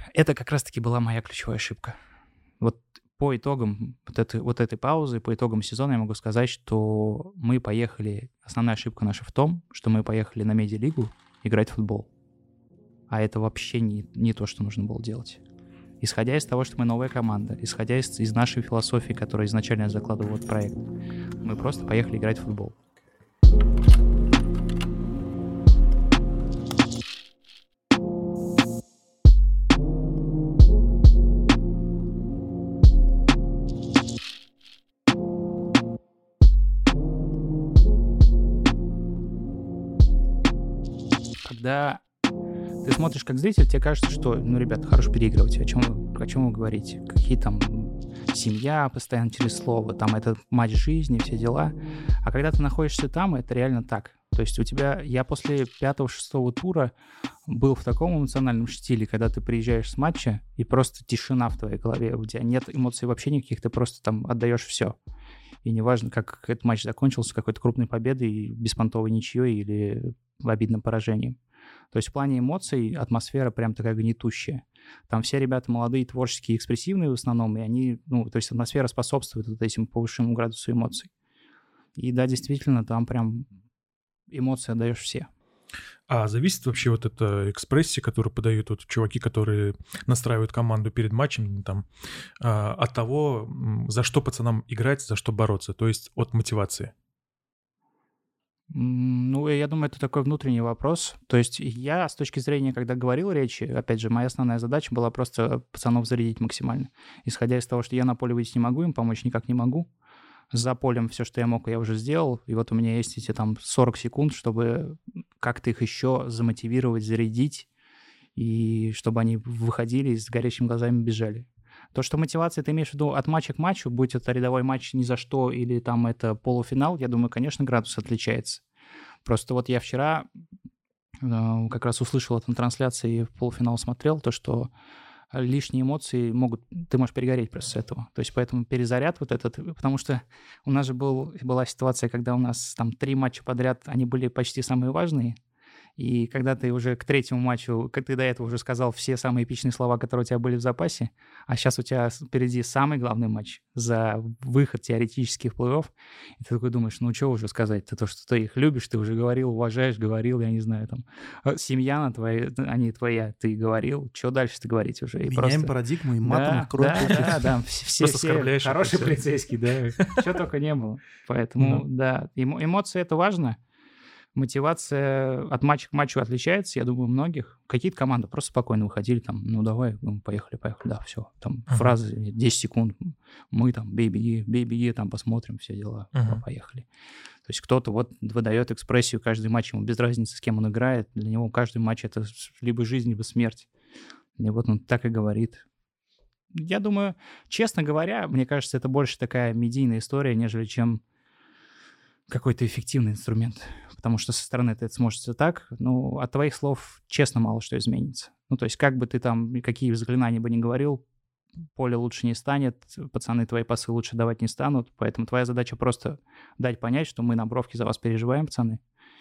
Это как раз-таки была моя ключевая ошибка. Вот по итогам вот этой паузы, по итогам сезона я могу сказать, что мы поехали... Основная ошибка наша в том, что мы поехали на медиалигу играть в футбол. А это вообще не то, что нужно было делать. Исходя из того, что мы новая команда, исходя из нашей философии, которая изначально закладывала этот проект, мы просто поехали играть в футбол. Когда ты смотришь как зритель, тебе кажется, что, ребята, хорошо переигрываете, о чем вы говорите? Какие там семья постоянно через слово, там это матч жизни, все дела. А когда ты находишься там, это реально так. То есть я после 5-6 тура был в таком эмоциональном штиле, когда ты приезжаешь с матча, и просто тишина в твоей голове, у тебя нет эмоций вообще никаких, ты просто там отдаешь все. И неважно, как этот матч закончился, какой-то крупной победой, беспонтовой ничьей или обидным поражением. То есть в плане эмоций атмосфера прям такая гнетущая. Там все ребята молодые, творческие, экспрессивные в основном, и они, то есть атмосфера способствует вот этим повышенному градусу эмоций. И да, действительно, там прям эмоции отдаешь все. А зависит вообще вот эта экспрессия, которую подают вот чуваки, которые настраивают команду перед матчем, там, от того, за что пацанам играть, за что бороться, то есть от мотивации? Я думаю, это такой внутренний вопрос. То есть я с точки зрения, когда говорил речи, опять же, моя основная задача была просто пацанов зарядить максимально. Исходя из того, что я на поле выйти не могу, им помочь никак не могу. За полем все, что я мог, я уже сделал. И вот у меня есть эти там 40 секунд, чтобы как-то их еще замотивировать, зарядить, и чтобы они выходили и с горящими глазами бежали. То, что мотивация, ты имеешь в виду от матча к матчу, будь это рядовой матч ни за что или там это полуфинал, я думаю, конечно, градус отличается. Просто вот я вчера как раз услышал это на трансляции и в полуфинал смотрел, то, что лишние эмоции ты можешь перегореть просто с этого. То есть поэтому перезаряд вот этот, потому что у нас же была ситуация, когда у нас там 3 матча подряд, они были почти самые важные, и когда ты уже к 3-му матчу, как ты до этого уже сказал все самые эпичные слова, которые у тебя были в запасе, а сейчас у тебя впереди самый главный матч за выход теоретически в плей-офф, и ты такой думаешь, что уже сказать-то, то, что ты их любишь, ты уже говорил, уважаешь, говорил, я не знаю, там, семья она твоя, а не твоя, ты говорил, что дальше-то говорить уже? И меняем просто... парадигму и матом кровь. Да, все хорошие полицейские, да, что только не было. Поэтому, да, эмоции — это важно. Мотивация от матча к матчу отличается, я думаю, у многих. Какие-то команды просто спокойно выходили, там, давай, поехали, да, все. Там фразы, 10 секунд, мы там, бей-беги, там, посмотрим, все дела, поехали. То есть кто-то вот выдает экспрессию каждый матч, ему без разницы, с кем он играет, для него каждый матч — это либо жизнь, либо смерть. И вот он так и говорит. Я думаю, честно говоря, мне кажется, это больше такая медийная история, нежели чем какой-то эффективный инструмент. Потому что со стороны ты это смотрится так, от твоих слов, честно, мало что изменится. То есть как бы ты там, какие заклинания бы ни говорил, поле лучше не станет, пацаны твои пасы лучше давать не станут, поэтому твоя задача просто дать понять, что мы на бровке за вас переживаем, пацаны,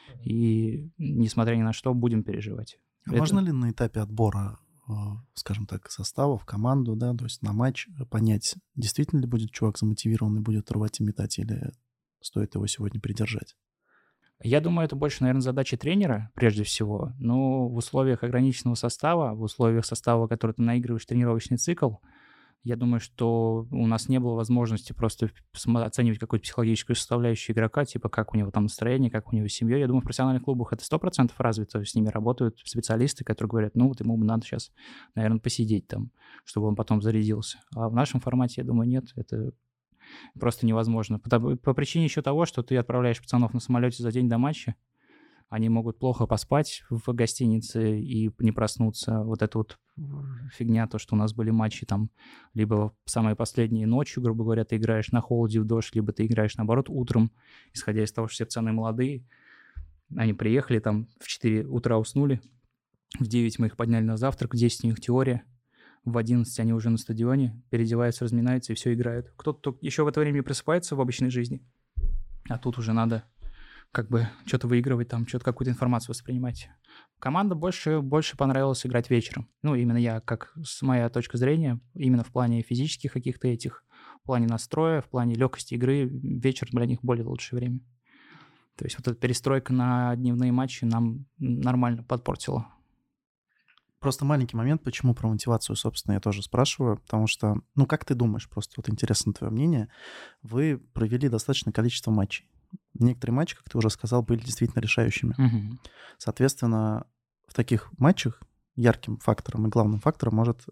и, несмотря ни на что, будем переживать. Можно ли на этапе отбора, скажем так, состава в команду, да, то есть на матч понять, действительно ли будет чувак замотивирован и будет рвать и метать, или стоит его сегодня придержать? Я думаю, это больше, наверное, задача тренера, прежде всего. Но в условиях ограниченного состава, в условиях состава, который ты наигрываешь тренировочный цикл, я думаю, что у нас не было возможности просто оценивать какую-то психологическую составляющую игрока, типа как у него там настроение, как у него семья. Я думаю, в профессиональных клубах это 100% развито, с ними работают специалисты, которые говорят, ему бы надо сейчас, наверное, посидеть там, чтобы он потом зарядился. А в нашем формате, я думаю, нет, это просто невозможно. По причине еще того, что ты отправляешь пацанов на самолете за день до матча, они могут плохо поспать в гостинице и не проснуться. Вот эта вот фигня, то, что у нас были матчи там либо самые последние ночью, грубо говоря, ты играешь на холоде в дождь, либо ты играешь, наоборот, утром, исходя из того, что все пацаны молодые. Они приехали там в 4 утра уснули, в 9 мы их подняли на завтрак, в 10 у них теория, в 11 они уже на стадионе, переодеваются, разминаются и все играют. Кто-то еще в это время просыпается в обычной жизни, а тут уже надо как бы что-то выигрывать, там что-то какую-то информацию воспринимать. Команда больше понравилось играть вечером. Ну, именно я, как с моей точки зрения, именно в плане физических каких-то этих, в плане настроя, в плане легкости игры, вечер для них более лучшее время. То есть вот эта перестройка на дневные матчи нам нормально подпортила. Просто маленький момент, почему про мотивацию, собственно, я тоже спрашиваю, потому что, ну, как ты думаешь, просто вот интересно твое мнение, вы провели достаточное количество матчей. Некоторые матчи, как ты уже сказал, были действительно решающими. Угу. Соответственно, в таких матчах ярким фактором и главным фактором может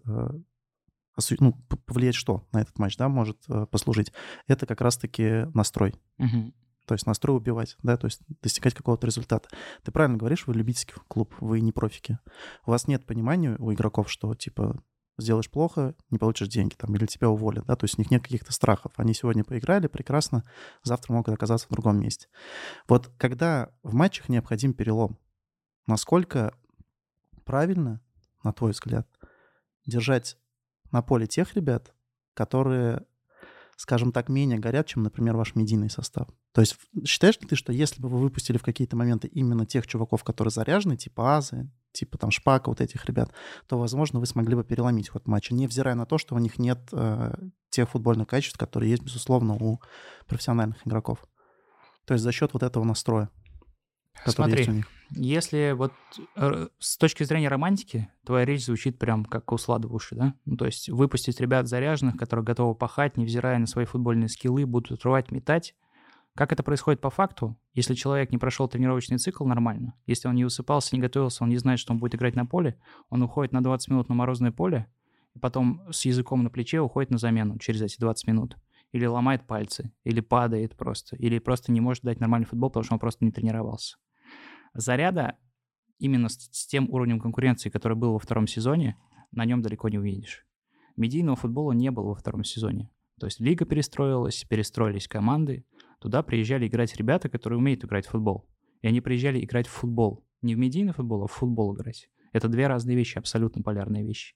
повлиять что на этот матч, да, может послужить. Это как раз-таки настрой. Угу. То есть настрой убивать, да, то есть достигать какого-то результата. Ты правильно говоришь, вы любительский клуб, вы не профики. У вас нет понимания у игроков, что, типа, сделаешь плохо, не получишь деньги, там, или тебя уволят, да, то есть у них нет каких-то страхов. Они сегодня поиграли прекрасно, завтра могут оказаться в другом месте. Вот когда в матчах необходим перелом, насколько правильно, на твой взгляд, держать на поле тех ребят, которые, скажем так, менее горят, чем, например, ваш медийный состав? То есть считаешь ли ты, что если бы вы выпустили в какие-то моменты именно тех чуваков, которые заряжены, типа Азы, типа там Шпака, вот этих ребят, то, возможно, вы смогли бы переломить ход матча, невзирая на то, что у них нет тех футбольных качеств, которые есть, безусловно, у профессиональных игроков. То есть за счет вот этого настроя, который Смотри, есть у них. если вот с точки зрения романтики твоя речь звучит прям как услада в уши, да? Ну, то есть выпустить ребят заряженных, которые готовы пахать, невзирая на свои футбольные скиллы, будут рвать, метать. Как это происходит по факту? Если человек не прошел тренировочный цикл нормально, если он не высыпался, не готовился, он не знает, что он будет играть на поле, он уходит на 20 минут на морозное поле, и потом с языком на плече уходит на замену через эти 20 минут. Или ломает пальцы, или падает просто, или просто не может дать нормальный футбол, потому что он просто не тренировался. Заряда именно с тем уровнем конкуренции, который был во втором сезоне, на нем далеко не увидишь. Медийного футбола не было во втором сезоне. То есть лига перестроились команды, туда приезжали играть ребята, которые умеют играть в футбол. И они приезжали играть в футбол. Не в медийный футбол, а в футбол играть. Это две разные вещи, абсолютно полярные вещи.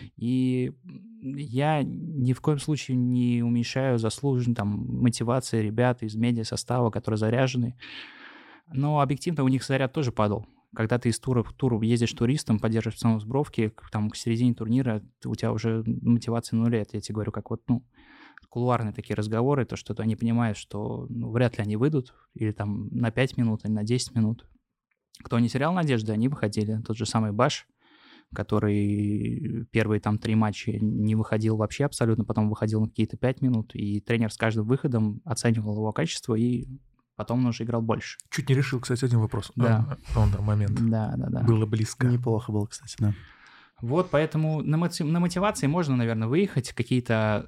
И я ни в коем случае не уменьшаю заслуженную мотивации ребят из медиа-состава, которые заряжены. Но объективно у них заряд тоже падал. Когда ты из тура в тур ездишь туристом, поддерживаешь пацанов с бровки, к середине турнира у тебя уже мотивация нуля. Это я тебе говорю, как кулуарные такие разговоры, то, что они понимают, что вряд ли они выйдут, или там на 5 минут, или на 10 минут. Кто не терял надежды, они выходили. Тот же самый Баш, который первые 3 матча не выходил вообще абсолютно, потом выходил на какие-то 5 минут, и тренер с каждым выходом оценивал его качество, и потом он уже играл больше. Чуть не решил, кстати, один вопрос. Да. Момент. Да. Было близко. Неплохо было, кстати, да. Вот, поэтому на мотивации можно, наверное, выехать. Какие-то,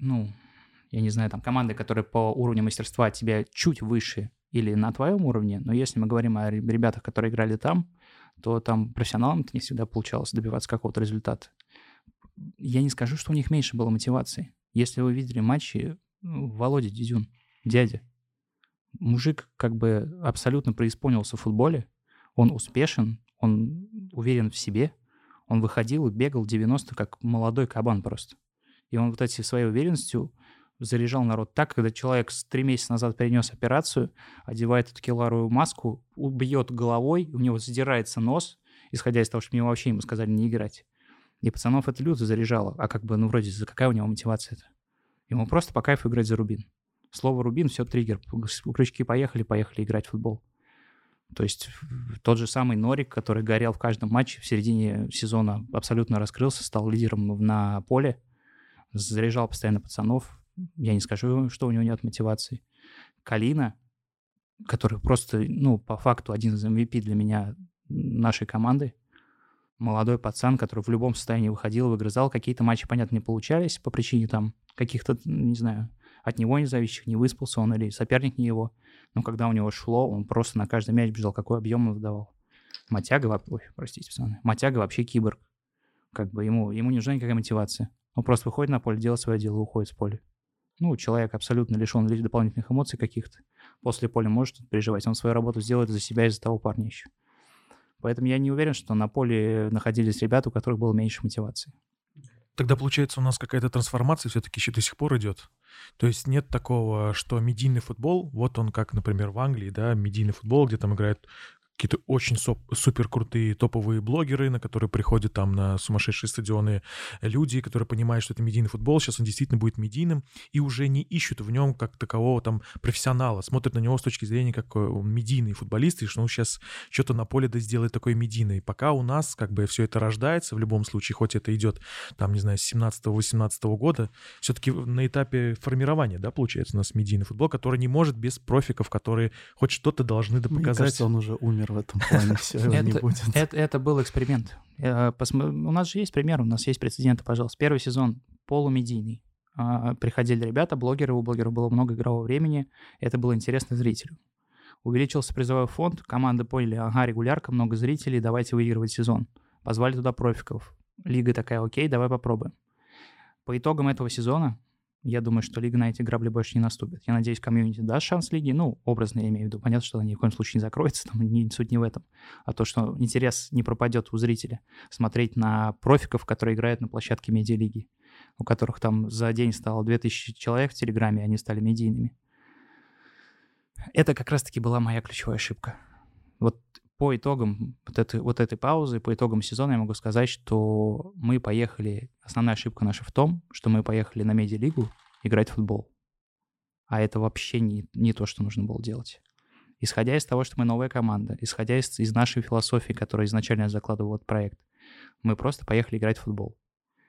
я не знаю, команды, которые по уровню мастерства от тебя чуть выше или на твоем уровне, но если мы говорим о ребятах, которые играли там, то там профессионалам-то не всегда получалось добиваться какого-то результата. Я не скажу, что у них меньше было мотивации. Если вы видели матчи, Володя Дидюн, дядя, мужик абсолютно преисполнился в футболе, он успешен, он уверен в себе, он выходил и бегал 90 как молодой кабан просто. И он вот этой своей уверенностью заряжал народ так, когда человек 3 месяца назад перенес операцию, одевает эту кевларовую маску, убьет головой, у него задирается нос, исходя из того, что ему сказали не играть. И пацанов это люто заряжало. А вроде, какая у него мотивация-то? Ему просто по кайфу играть за Рубин. Слово «Рубин» — все триггер. Крючки поехали играть в футбол. То есть тот же самый Норик, который горел в каждом матче, в середине сезона абсолютно раскрылся, стал лидером на поле, заряжал постоянно пацанов. Я не скажу, что у него нет мотивации. Калина, который просто, по факту один из MVP для меня нашей команды, молодой пацан, который в любом состоянии выходил, выгрызал. Какие-то матчи, понятно, не получались по причине каких-то, не знаю, от него независящих, не выспался он или соперник не его. Но когда у него шло, он просто на каждый мяч бежал, какой объем он выдавал. Матяга вообще киборг. Ему не нужна никакая мотивация. Он просто выходит на поле, делает свое дело и уходит с поля. Человек абсолютно лишен дополнительных эмоций каких-то. После поля может переживать. Он свою работу сделает за себя и за того парня еще. Поэтому я не уверен, что на поле находились ребята, у которых было меньше мотивации. Тогда, получается, у нас какая-то трансформация все-таки еще до сих пор идет. То есть нет такого, что медийный футбол, вот он как, например, в Англии, да, медийный футбол, где там играют какие-то очень супер крутые топовые блогеры, на которые приходят там на сумасшедшие стадионы люди, которые понимают, что это медийный футбол, сейчас он действительно будет медийным, и уже не ищут в нем как такового там профессионала, смотрят на него с точки зрения как он медийный футболист, и что он сейчас что-то на поле да сделает такое медийное. И пока у нас как бы все это рождается в любом случае, хоть это идет там, не знаю, с 17-18 года, все-таки на этапе формирования, да, получается у нас медийный футбол, который не может без профиков, которые хоть что-то должны Мне показать. кажется, он уже умер в этом плане, все, его не будет. Это был эксперимент. У нас же есть пример, у нас есть прецеденты, пожалуйста. Первый сезон полумедийный. Приходили ребята, блогеры, у блогеров было много игрового времени, это было интересно зрителю. Увеличился призовой фонд, команды поняли, ага, регулярка, много зрителей, давайте выигрывать сезон. Позвали туда профиков. Лига такая, окей, давай попробуем. По итогам этого сезона я думаю, что лига на эти грабли больше не наступит. Я надеюсь, комьюнити даст шанс лиге. Ну, образно я имею в виду. Понятно, что она ни в коем случае не закроется. Там суть не в этом. А то, что интерес не пропадет у зрителя. Смотреть на профиков, которые играют на площадке медиалиги. У которых там за день стало 2000 человек в Телеграме, и они стали медийными. Это как раз-таки была моя ключевая ошибка. Вот по итогам вот этой паузы, по итогам сезона я могу сказать, что мы поехали... Основная ошибка наша в том, что мы поехали на медиалигу играть в футбол. А это вообще не то, что нужно было делать. Исходя из того, что мы новая команда, исходя из нашей философии, которую изначально закладывал этот проект, мы просто поехали играть в футбол.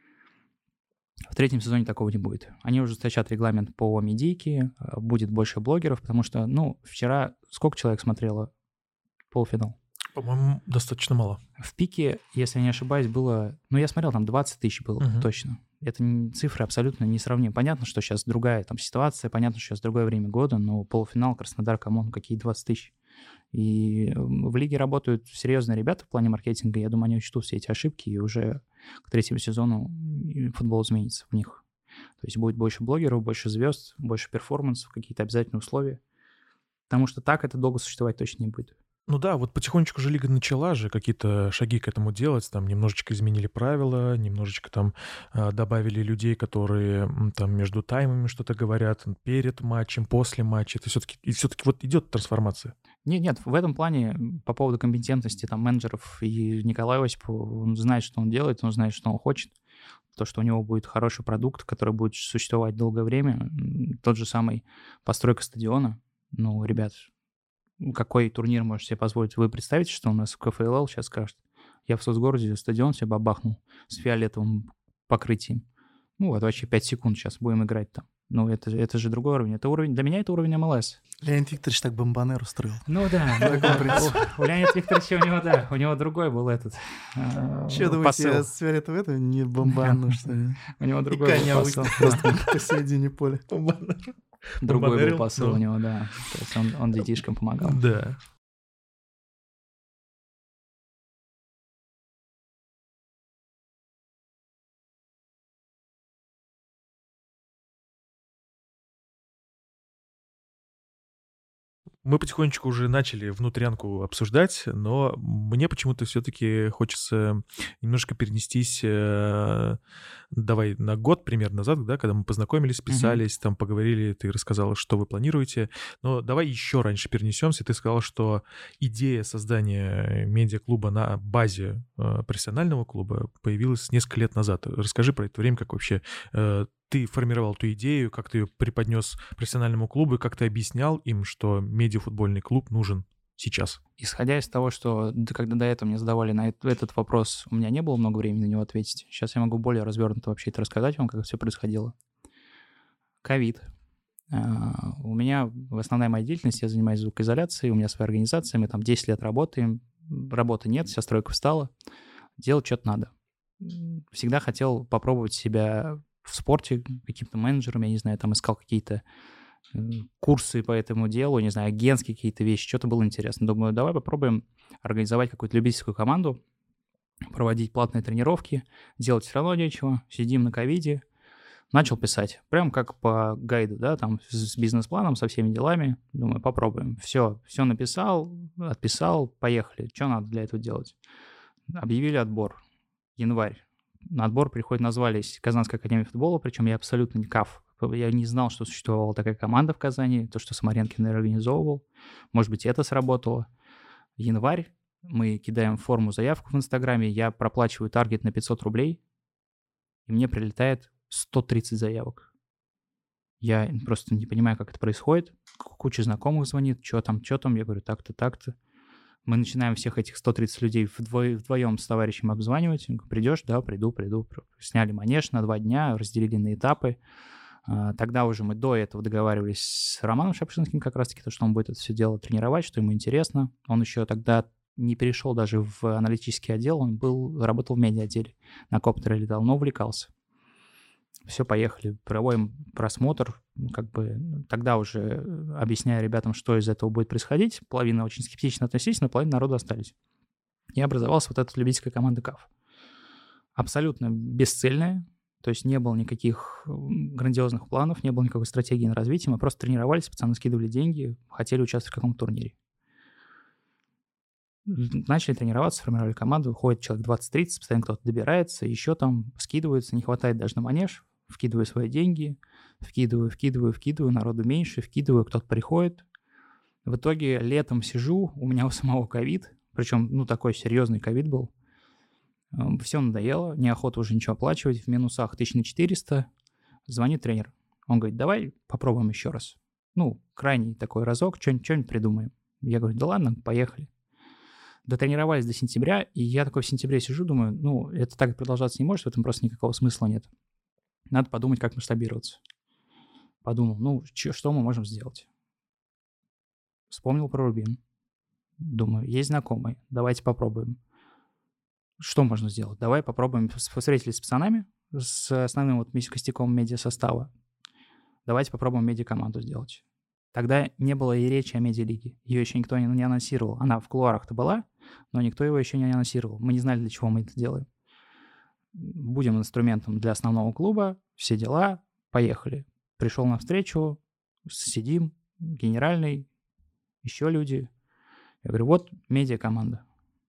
В третьем сезоне такого не будет. Они ужесточат регламент по медийке, будет больше блогеров, потому что, вчера сколько человек смотрело полуфинал? По-моему, достаточно мало. В пике, если я не ошибаюсь, было... я смотрел, там 20 тысяч было, точно. Это цифры абсолютно несравнимы. Понятно, что сейчас другая там ситуация, понятно, что сейчас другое время года, но полуфинал, Краснодар, камон, какие 20 тысяч. И в лиге работают серьезные ребята в плане маркетинга. Я думаю, они учтут все эти ошибки, и уже к третьему сезону футбол изменится в них. То есть будет больше блогеров, больше звезд, больше перформансов, какие-то обязательные условия. Потому что так это долго существовать точно не будет. Ну да, вот потихонечку же лига начала же какие-то шаги к этому делать, там немножечко изменили правила, немножечко там добавили людей, которые там между таймами что-то говорят, перед матчем, после матча. Это все-таки вот идет трансформация. Нет, в этом плане по поводу компетентности там менеджеров и Николая Осипова, он знает, что он делает, он знает, что он хочет. То, что у него будет хороший продукт, который будет существовать долгое время. Тот же самый постройка стадиона. Ребят, какой турнир можете себе позволить? Вы представите, что у нас в КФЛЛ сейчас скажет, я в соцгороде стадион себе бабахнул с фиолетовым покрытием. Вот вообще 5 секунд сейчас будем играть там. Это же другой уровень. Для меня это уровень МЛС. Леонид Викторович так бомбонер устроил. Да. У Леонида Викторовича у него другой был этот Че, думаете, я с фиолетовым это не бомбану, что ли? У него другой был посыл. Просто посередине поля. Другой был посыл у него, да. То есть он детишкам помогал. Да. Мы потихонечку уже начали внутрянку обсуждать, но мне почему-то все-таки хочется немножко перенестись, давай, на год примерно назад, да, когда мы познакомились, списались, там поговорили, ты рассказала, что вы планируете, но давай еще раньше перенесемся. Ты сказал, что идея создания медиаклуба на базе профессионального клуба появилась несколько лет назад. Расскажи про это время, как вообще ты формировал эту идею, как ты ее преподнес профессиональному клубу, и как ты объяснял им, что медиафутбольный клуб нужен сейчас? Исходя из того, что когда до этого мне задавали на этот вопрос, у меня не было много времени на него ответить. Сейчас я могу более развернуто вообще это рассказать вам, как все происходило. ковид. У меня основная моя деятельность, я занимаюсь звукоизоляцией, у меня своя организация, мы там 10 лет работаем, работы нет, вся стройка встала, делать что-то надо. Всегда хотел попробовать себя в спорте каким-то менеджером, я не знаю, там искал какие-то курсы по этому делу, не знаю, агентские какие-то вещи, что-то было интересно. Думаю, давай попробуем организовать какую-то любительскую команду, проводить платные тренировки, делать все равно нечего, сидим на ковиде. Начал писать, прям как по гайду, да, там с бизнес-планом, со всеми делами. Думаю, попробуем. Все написал, отписал, поехали. Что надо для этого делать? Объявили отбор. Январь. на отбор приходят, назвались Казанская академия футбола, причем я абсолютно не КАФ. Я не знал, что существовала такая команда в Казани, то, что Самаренкин организовывал. Может быть, это сработало. Январь, мы кидаем форму, заявку в Инстаграме, я проплачиваю таргет на 500 рублей, и мне прилетает 130 заявок. Я просто не понимаю, как это происходит. Куча знакомых звонит, что там. Я говорю, так-то, так-то. Мы начинаем всех этих 130 людей вдвоем с товарищем обзванивать. Придешь? Да, приду. Сняли манеж на 2 дня, разделили на этапы. Тогда уже мы до этого договаривались с Романом Шапшинским как раз-таки, то, что он будет это все дело тренировать, что ему интересно. Он еще тогда не перешел даже в аналитический отдел, он работал в медиа-отделе, на коптере летал, но увлекался. Все, поехали, проводим просмотр, тогда уже объясняя ребятам, что из этого будет происходить. Половина очень скептично относились, но половина народу остались. И образовалась вот эта любительская команда КАФ. Абсолютно бесцельная, то есть не было никаких грандиозных планов, не было никакой стратегии на развитие, мы просто тренировались, пацаны скидывали деньги, хотели участвовать в каком-то турнире. Начали тренироваться, формировали команду, ходит человек 20-30, постоянно кто-то добирается, еще там скидываются, не хватает даже на манеж, вкидываю свои деньги, вкидываю, народу меньше, вкидываю, кто-то приходит. В итоге летом сижу, у меня у самого ковид, причем, такой серьезный ковид был. Все надоело, неохота уже ничего оплачивать, в минусах 1400, звонит тренер. Он говорит, давай попробуем еще раз. Крайний такой разок, что-нибудь придумаем. Я говорю, да ладно, поехали. Дотренировались до сентября, и я такой в сентябре сижу, думаю, это так продолжаться не может, в этом просто никакого смысла нет. Надо подумать, как масштабироваться. Подумал, что мы можем сделать? Вспомнил про Рубин. Думаю, есть знакомый, давайте попробуем. Что можно сделать? Давай попробуем. Встретились с пацанами, с основным костяком медиа-состава. Давайте попробуем медиа-команду сделать. Тогда не было и речи о медиалиге. Ее еще никто не анонсировал. Она в кулуарах-то была, но никто его еще не анонсировал. Мы не знали, для чего мы это делаем. Будем инструментом для основного клуба, все дела, поехали. Пришел на встречу, сидим, генеральный, еще люди. Я говорю, вот медиа-команда.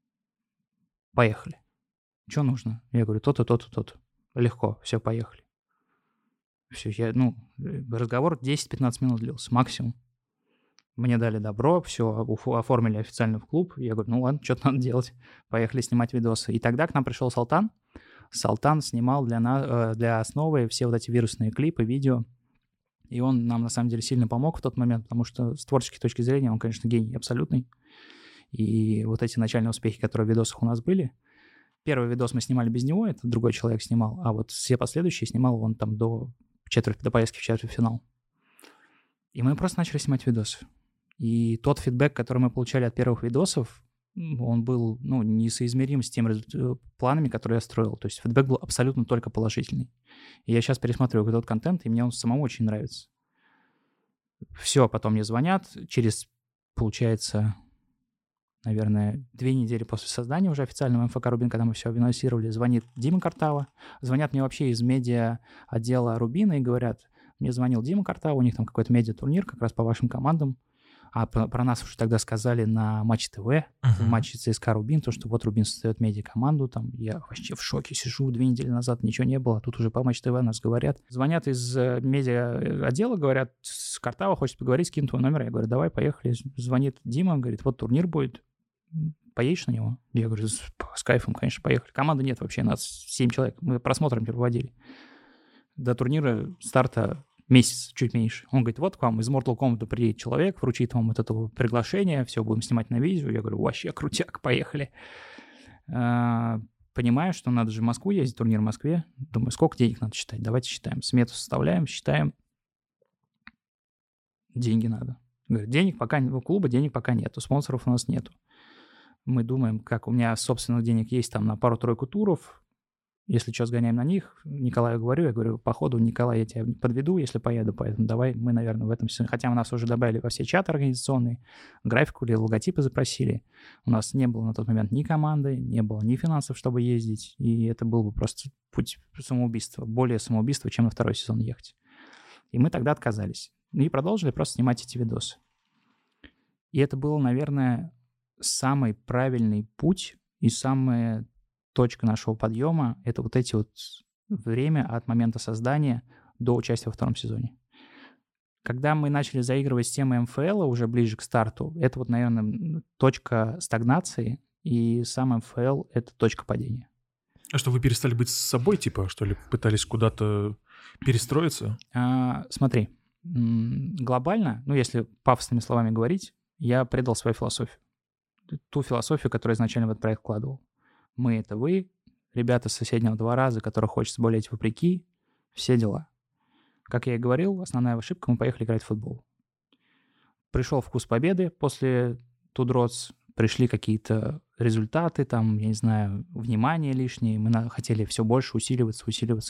Поехали. Что нужно? Я говорю, то-то, то-то, то-то. Легко, все, поехали. Все, разговор 10-15 минут длился, максимум. Мне дали добро, все, оформили официально в клуб. Я говорю, ладно, что-то надо делать. Поехали снимать видосы. И тогда к нам пришел Салтан. Салтан снимал для основы все вот эти вирусные клипы, видео. И он нам, на самом деле, сильно помог в тот момент, потому что с творческой точки зрения он, конечно, гений абсолютный. И вот эти начальные успехи, которые в видосах у нас были, первый видос мы снимали без него, это другой человек снимал, а вот все последующие снимал он там до поездки в четвертьфинал. И мы просто начали снимать видосы. И тот фидбэк, который мы получали от первых видосов, он был несоизмерим с теми планами, которые я строил. То есть фидбэк был абсолютно только положительный. И я сейчас пересматриваю этот контент, и мне он самому очень нравится. Все, потом мне звонят. Через, получается, наверное, 2 недели после создания уже официального МФК «Рубин», когда мы все анонсировали, звонит Дима Картава. Звонят мне вообще из медиа-отдела «Рубина» и говорят, мне звонил Дима Картава, у них там какой-то медиа-турнир как раз по вашим командам. А про нас уже тогда сказали на Матч ТВ, в матче ЦСКА «Рубин», то, что вот Рубин создает медиа-команду, там я вообще в шоке сижу, 2 недели назад ничего не было, тут уже по Матч ТВ нас говорят. Звонят из медиа-отдела, говорят, Картава хочет поговорить, скинь твой номер. Я говорю, давай, поехали. Звонит Дима, говорит, вот турнир будет, поедешь на него? Я говорю, с кайфом, конечно, поехали. Команды нет вообще, нас 7 человек, мы просмотром проводили. До турнира старта месяц, чуть меньше. Он говорит, вот к вам из Mortal Kombat приедет человек, вручит вам вот это приглашение, все, будем снимать на видео. Я говорю, вообще крутяк, поехали. Понимаю, что надо же в Москву ездить, турнир в Москве. Думаю, сколько денег надо считать? Давайте считаем. Смету составляем, считаем. Деньги надо. Говорит, денег пока у клуба денег пока нету, спонсоров у нас нету. Мы думаем, как у меня собственных денег есть там на пару-тройку туров. Если что, сгоняем на них. Николаю говорю, я говорю, по ходу, Николай, я тебя подведу, если поеду, поэтому давай мы, наверное, в этом сезоне. Хотя у нас уже добавили во все чаты организационные, графику или логотипы запросили. У нас не было на тот момент ни команды, не было ни финансов, чтобы ездить, и это был бы просто путь самоубийства, более самоубийства, чем на 2-й сезон ехать. И мы тогда отказались. И продолжили просто снимать эти видосы. И это был, наверное, самый правильный путь и самое точка нашего подъема — это вот эти вот время от момента создания до участия во втором сезоне. Когда мы начали заигрывать с темой МФЛ уже ближе к старту, это вот, наверное, точка стагнации, и сам МФЛ — это точка падения. А что, вы перестали быть с собой, типа, что ли, пытались куда-то перестроиться? Смотри, глобально, ну, если пафосными словами говорить, я предал свою философию. Ту философию, которую изначально в этот проект вкладывал. Мы — это вы, ребята с соседнего двора, за которых хочется болеть вопреки, все дела. Как я и говорил, основная ошибка — мы поехали играть в футбол. Пришел вкус победы после Тудроц, пришли какие-то результаты, там, я не знаю, внимание лишнее, мы хотели все больше усиливаться.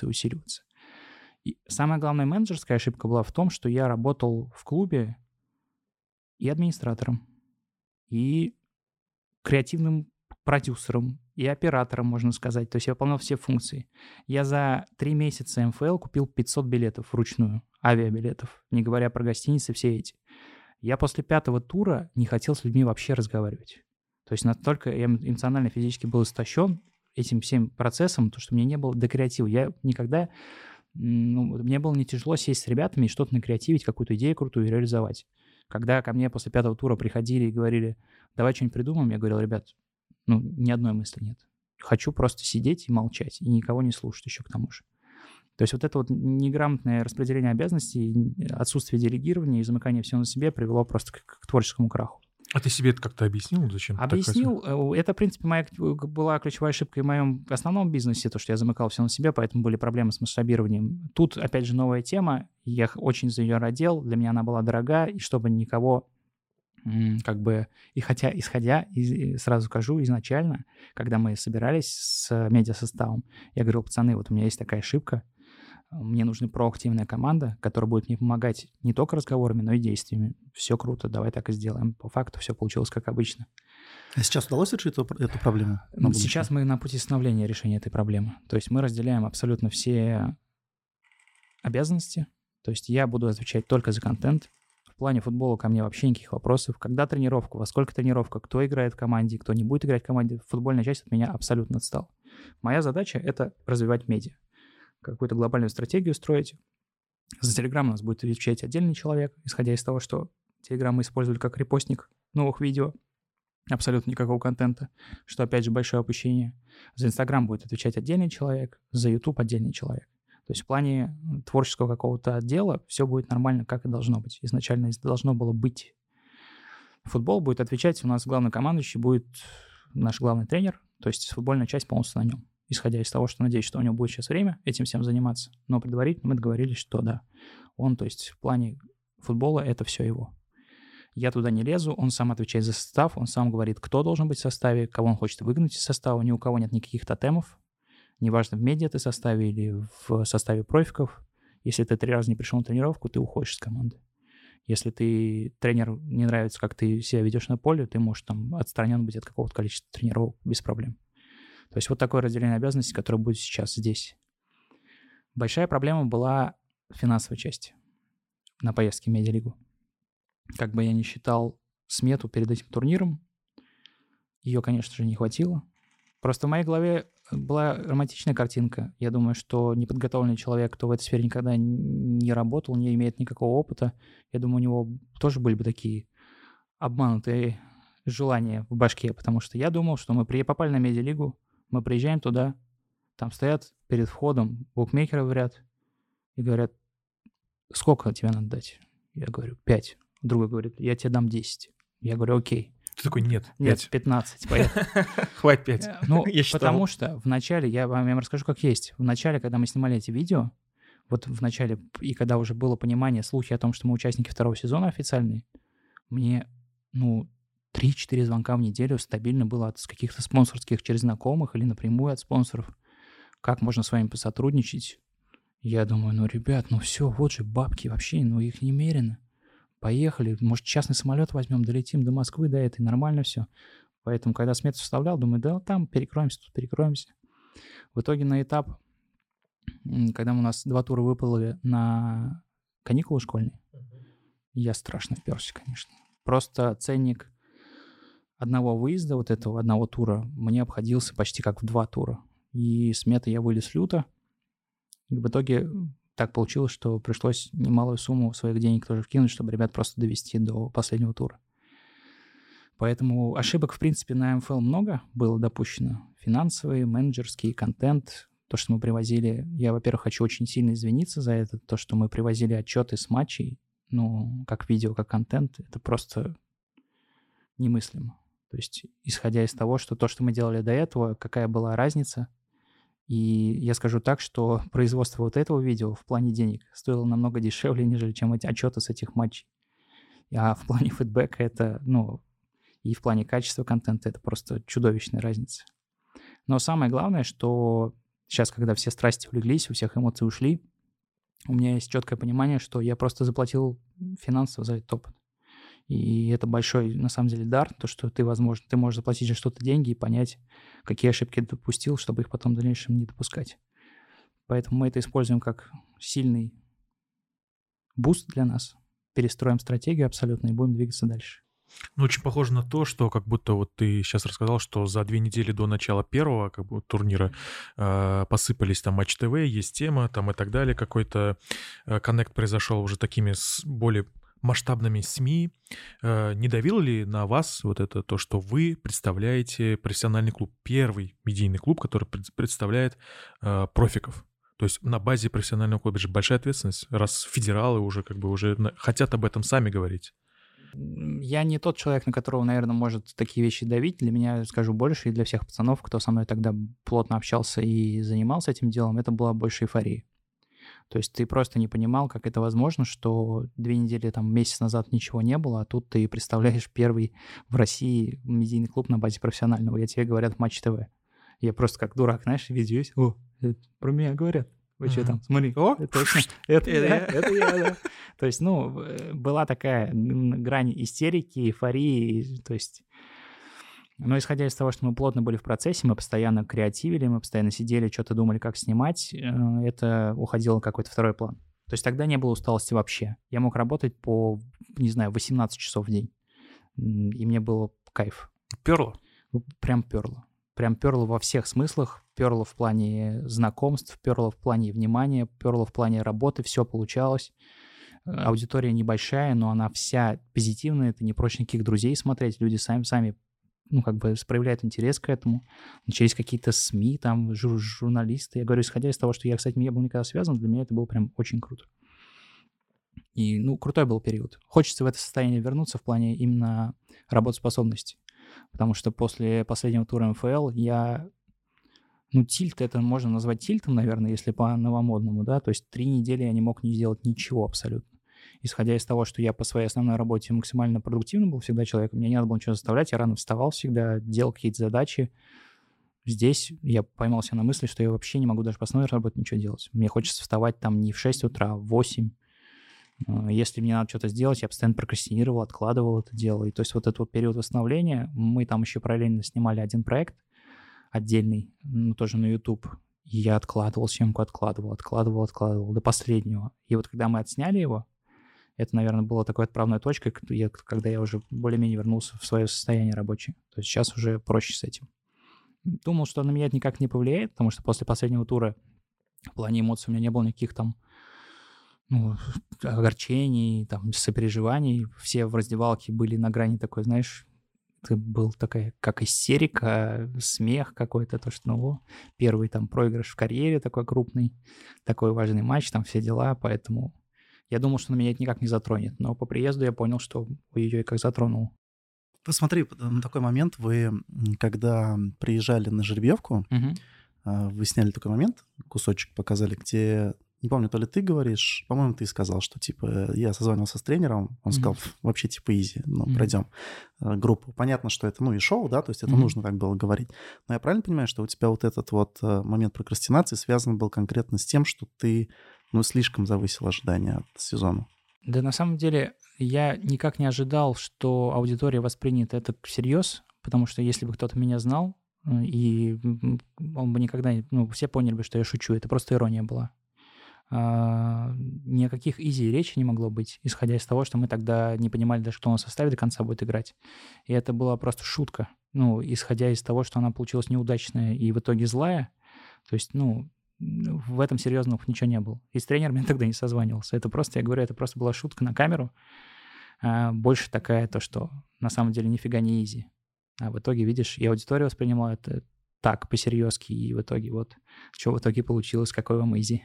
И самая главная менеджерская ошибка была в том, что я работал в клубе и администратором, и креативным продюсером, и оператором, можно сказать. То есть я выполнял все функции. Я за 3 месяца МФЛ купил 500 билетов вручную, авиабилетов, не говоря про гостиницы, все эти. Я после 5-го тура не хотел с людьми вообще разговаривать. То есть настолько я эмоционально, физически был истощен этим всем процессом, то, что мне не было до креатива. Я никогда... мне было не тяжело сесть с ребятами и что-то накреативить, какую-то идею крутую и реализовать. Когда ко мне после 5-го тура приходили и говорили, давай что-нибудь придумаем, я говорил, ребят, ни одной мысли нет. Хочу просто сидеть и молчать, и никого не слушать еще к тому же. То есть вот это вот неграмотное распределение обязанностей, отсутствие делегирования и замыкание всего на себе привело просто к творческому краху. А ты себе это как-то объяснил, зачем? Объяснил. Это, в принципе, была ключевая ошибка и в моем основном бизнесе, то, что я замыкал все на себе, поэтому были проблемы с масштабированием. Тут, опять же, новая тема. Я очень за нее родил, для меня она была дорога, и чтобы никого исходя, сразу скажу, изначально, когда мы собирались с медиасоставом, я говорил, пацаны, вот у меня есть такая ошибка, мне нужна проактивная команда, которая будет мне помогать не только разговорами, но и действиями. Все круто, давай так и сделаем. По факту все получилось как обычно. А сейчас удалось решить эту проблему? Сейчас мы на пути становления решения этой проблемы. То есть мы разделяем абсолютно все обязанности. То есть я буду отвечать только за контент. В плане футбола ко мне вообще никаких вопросов. Когда тренировка, во сколько тренировка, кто играет в команде, кто не будет играть в команде. Футбольная часть от меня абсолютно отстала. Моя задача — это развивать медиа. Какую-то глобальную стратегию строить. За Telegram у нас будет отвечать отдельный человек, исходя из того, что Telegram мы использовали как репостник новых видео, абсолютно никакого контента, что, опять же, большое опущение. За Instagram будет отвечать отдельный человек, за YouTube отдельный человек. То есть в плане творческого какого-то отдела все будет нормально, как и должно быть. Изначально должно было быть. Футбол будет отвечать, у нас главнокомандующий будет наш главный тренер, то есть футбольная часть полностью на нем. Исходя из того, что надеюсь, что у него будет сейчас время этим всем заниматься. Но предварительно мы договорились, что да, он, то есть в плане футбола это все его. Я туда не лезу, он сам отвечает за состав, он сам говорит, кто должен быть в составе, кого он хочет выгнать из состава, ни у кого нет никаких тотемов. Неважно, в медиа ты составе или в составе профиков. Если ты 3 раза не пришел на тренировку, ты уходишь из команды. Если ты тренер не нравится, как ты себя ведешь на поле, ты можешь там отстранен быть от какого-то количества тренировок без проблем. То есть вот такое разделение обязанностей, которое будет сейчас здесь. Большая проблема была в финансовой части на поездке в Медиалигу. Как бы я ни считал смету перед этим турниром, ее, конечно же, не хватило. Просто в моей голове была романтичная картинка. Я думаю, что неподготовленный человек, кто в этой сфере никогда не работал, не имеет никакого опыта, я думаю, у него тоже были бы такие обманутые желания в башке, потому что я думал, что мы попали на Медиалигу, мы приезжаем туда, там стоят перед входом букмекеры в ряд и говорят, сколько тебе надо дать? Я говорю, 5. Другой говорит, я тебе дам 10. Я говорю, окей. Ты такой, нет, 5. Нет, 15. Хватит 5. Ну, потому что в начале, я вам расскажу, как есть. В начале, когда мы снимали эти видео, вот в начале, и когда уже было понимание, слухи о том, что мы участники 2-го сезона официальные, мне, 3-4 звонка в неделю стабильно было от каких-то спонсорских через знакомых или напрямую от спонсоров. Как можно с вами посотрудничать? Я думаю, ребят, все, вот же бабки вообще, их немерено. Поехали, может, частный самолет возьмем, долетим до Москвы, до этой, нормально все. Поэтому, когда смету составлял, думаю, да, там перекроемся, тут перекроемся. В итоге на этап, когда у нас 2 тура выпали на каникулы школьные, я страшно вперся, конечно. Просто ценник одного выезда, вот этого одного тура, мне обходился почти как в 2 тура. И с меты я вылез люто. И в итоге так получилось, что пришлось немалую сумму своих денег тоже вкинуть, чтобы ребят просто довести до последнего тура. Поэтому ошибок, в принципе, на МФЛ много было допущено. Финансовые, менеджерские, контент, то, что мы привозили. Я, во-первых, хочу очень сильно извиниться за это. То, что мы привозили отчеты с матчей, ну, как видео, как контент, это просто немыслимо. То есть, исходя из того, что то, что мы делали до этого, какая была разница. И я скажу так, что производство вот этого видео в плане денег стоило намного дешевле, нежели чем эти отчеты с этих матчей. А в плане фидбэка это, ну, и в плане качества контента это просто чудовищная разница. Но самое главное, что сейчас, когда все страсти улеглись, у всех эмоции ушли, у меня есть четкое понимание, что я просто заплатил финансово за этот опыт. И это большой, на самом деле, дар, то, что ты можешь заплатить за что-то деньги и понять, какие ошибки ты допустил, чтобы их потом в дальнейшем не допускать. Поэтому мы это используем как сильный буст для нас, перестроим стратегию абсолютно и будем двигаться дальше. Ну, очень похоже на то, что как будто вот ты сейчас рассказал, что за 2 недели до начала первого как бы турнира посыпались там Матч ТВ, есть тема там и так далее, какой-то коннект произошел уже такими более масштабными СМИ. Не давило ли на вас вот это то, что вы представляете профессиональный клуб, первый медийный клуб, который представляет профиков? То есть на базе профессионального клуба это же большая ответственность, раз федералы уже как бы уже хотят об этом сами говорить. Я не тот человек, на которого, наверное, может такие вещи давить. Для меня, скажу больше, и для всех пацанов, кто со мной тогда плотно общался и занимался этим делом, это была больше эйфория. То есть ты просто не понимал, как это возможно, что 2 недели, там, месяц назад ничего не было, а тут ты представляешь первый в России медийный клуб на базе профессионального. И тебе говорят в Матч ТВ. Я просто как дурак, знаешь, видео есть. О, про меня говорят. Вы что там? Смотри, о, это точно, это я, да. То есть, ну, была такая грань истерики, эйфории, то есть... Но исходя из того, что мы плотно были в процессе, мы постоянно креативили, мы постоянно сидели, что-то думали, как снимать, это уходило в какой-то второй план. То есть тогда не было усталости вообще. Я мог работать по, не знаю, 18 часов в день. И мне было кайф. Перло? Прям перло. Прям перло во всех смыслах. Перло в плане знакомств, перло в плане внимания, перло в плане работы. Все получалось. Аудитория небольшая, но она вся позитивная. Ты не прочь никаких друзей смотреть. Люди сами ну, как бы проявляют интерес к этому. Начались какие-то СМИ, там, журналисты. Я говорю, исходя из того, что я, кстати, не был никогда связан, для меня это было прям очень круто. И, ну, крутой был период. Хочется в это состояние вернуться в плане именно работоспособности. Потому что после последнего тура МФЛ я... Ну, тильт, это можно назвать тильтом, наверное, если по-новомодному, да? То есть 3 недели я не мог не сделать ничего абсолютно. Исходя из того, что я по своей основной работе максимально продуктивным был всегда человеком, мне не надо было ничего заставлять, я рано вставал всегда, делал какие-то задачи. Здесь я поймал себя на мысли, что я вообще не могу даже по основной работе ничего делать. Мне хочется вставать там не в 6 утра, а в 8. Если мне надо что-то сделать, я постоянно прокрастинировал, откладывал это дело. И то есть вот этот вот период восстановления, мы там еще параллельно снимали один проект отдельный, ну, тоже на YouTube. И я откладывал съемку, откладывал до последнего. И вот когда мы отсняли его, это, наверное, было такой отправной точкой, когда я уже более-менее вернулся в свое состояние рабочее. То есть сейчас уже проще с этим. Думал, что на меня это никак не повлияет, потому что после последнего тура в плане эмоций у меня не было никаких там огорчений, там, сопереживаний. Все в раздевалке были на грани такой, знаешь, это был такая, как истерика, смех какой-то, то, что, первый там проигрыш в карьере такой крупный, такой важный матч, там все дела, поэтому я думал, что на меня это никак не затронет, но по приезду я понял, что ой-ой-ой, как затронул. Посмотри, на такой момент вы, когда приезжали на жеребьевку, вы сняли такой момент, кусочек показали, где... Не помню, то ли ты говоришь, по-моему, ты сказал, что, типа, я созванивался с тренером, он сказал, вообще, типа, изи, пройдем группу. Понятно, что это, и шоу, да, то есть это нужно так было говорить. Но я правильно понимаю, что у тебя вот этот вот момент прокрастинации связан был конкретно с тем, что ты, слишком завысил ожидания от сезона? Да, на самом деле, я никак не ожидал, что аудитория воспримет это всерьез, потому что если бы кто-то меня знал, и он бы никогда... все поняли бы, что я шучу, это просто ирония была. Ни о каких изи речи не могло быть, исходя из того, что мы тогда не понимали даже, кто у нас в составе до конца будет играть. И это была просто шутка. Ну, исходя из того, что она получилась неудачная и в итоге злая, то есть, ну, в этом серьезного ничего не было. И с тренером я тогда не созванивался. Это просто, я говорю, это просто была шутка на камеру. Больше такая то, что на самом деле нифига не изи. А в итоге, видишь, и аудитория воспринимала это так, по-серьезки, и в итоге вот, что в итоге получилось, какой вам изи.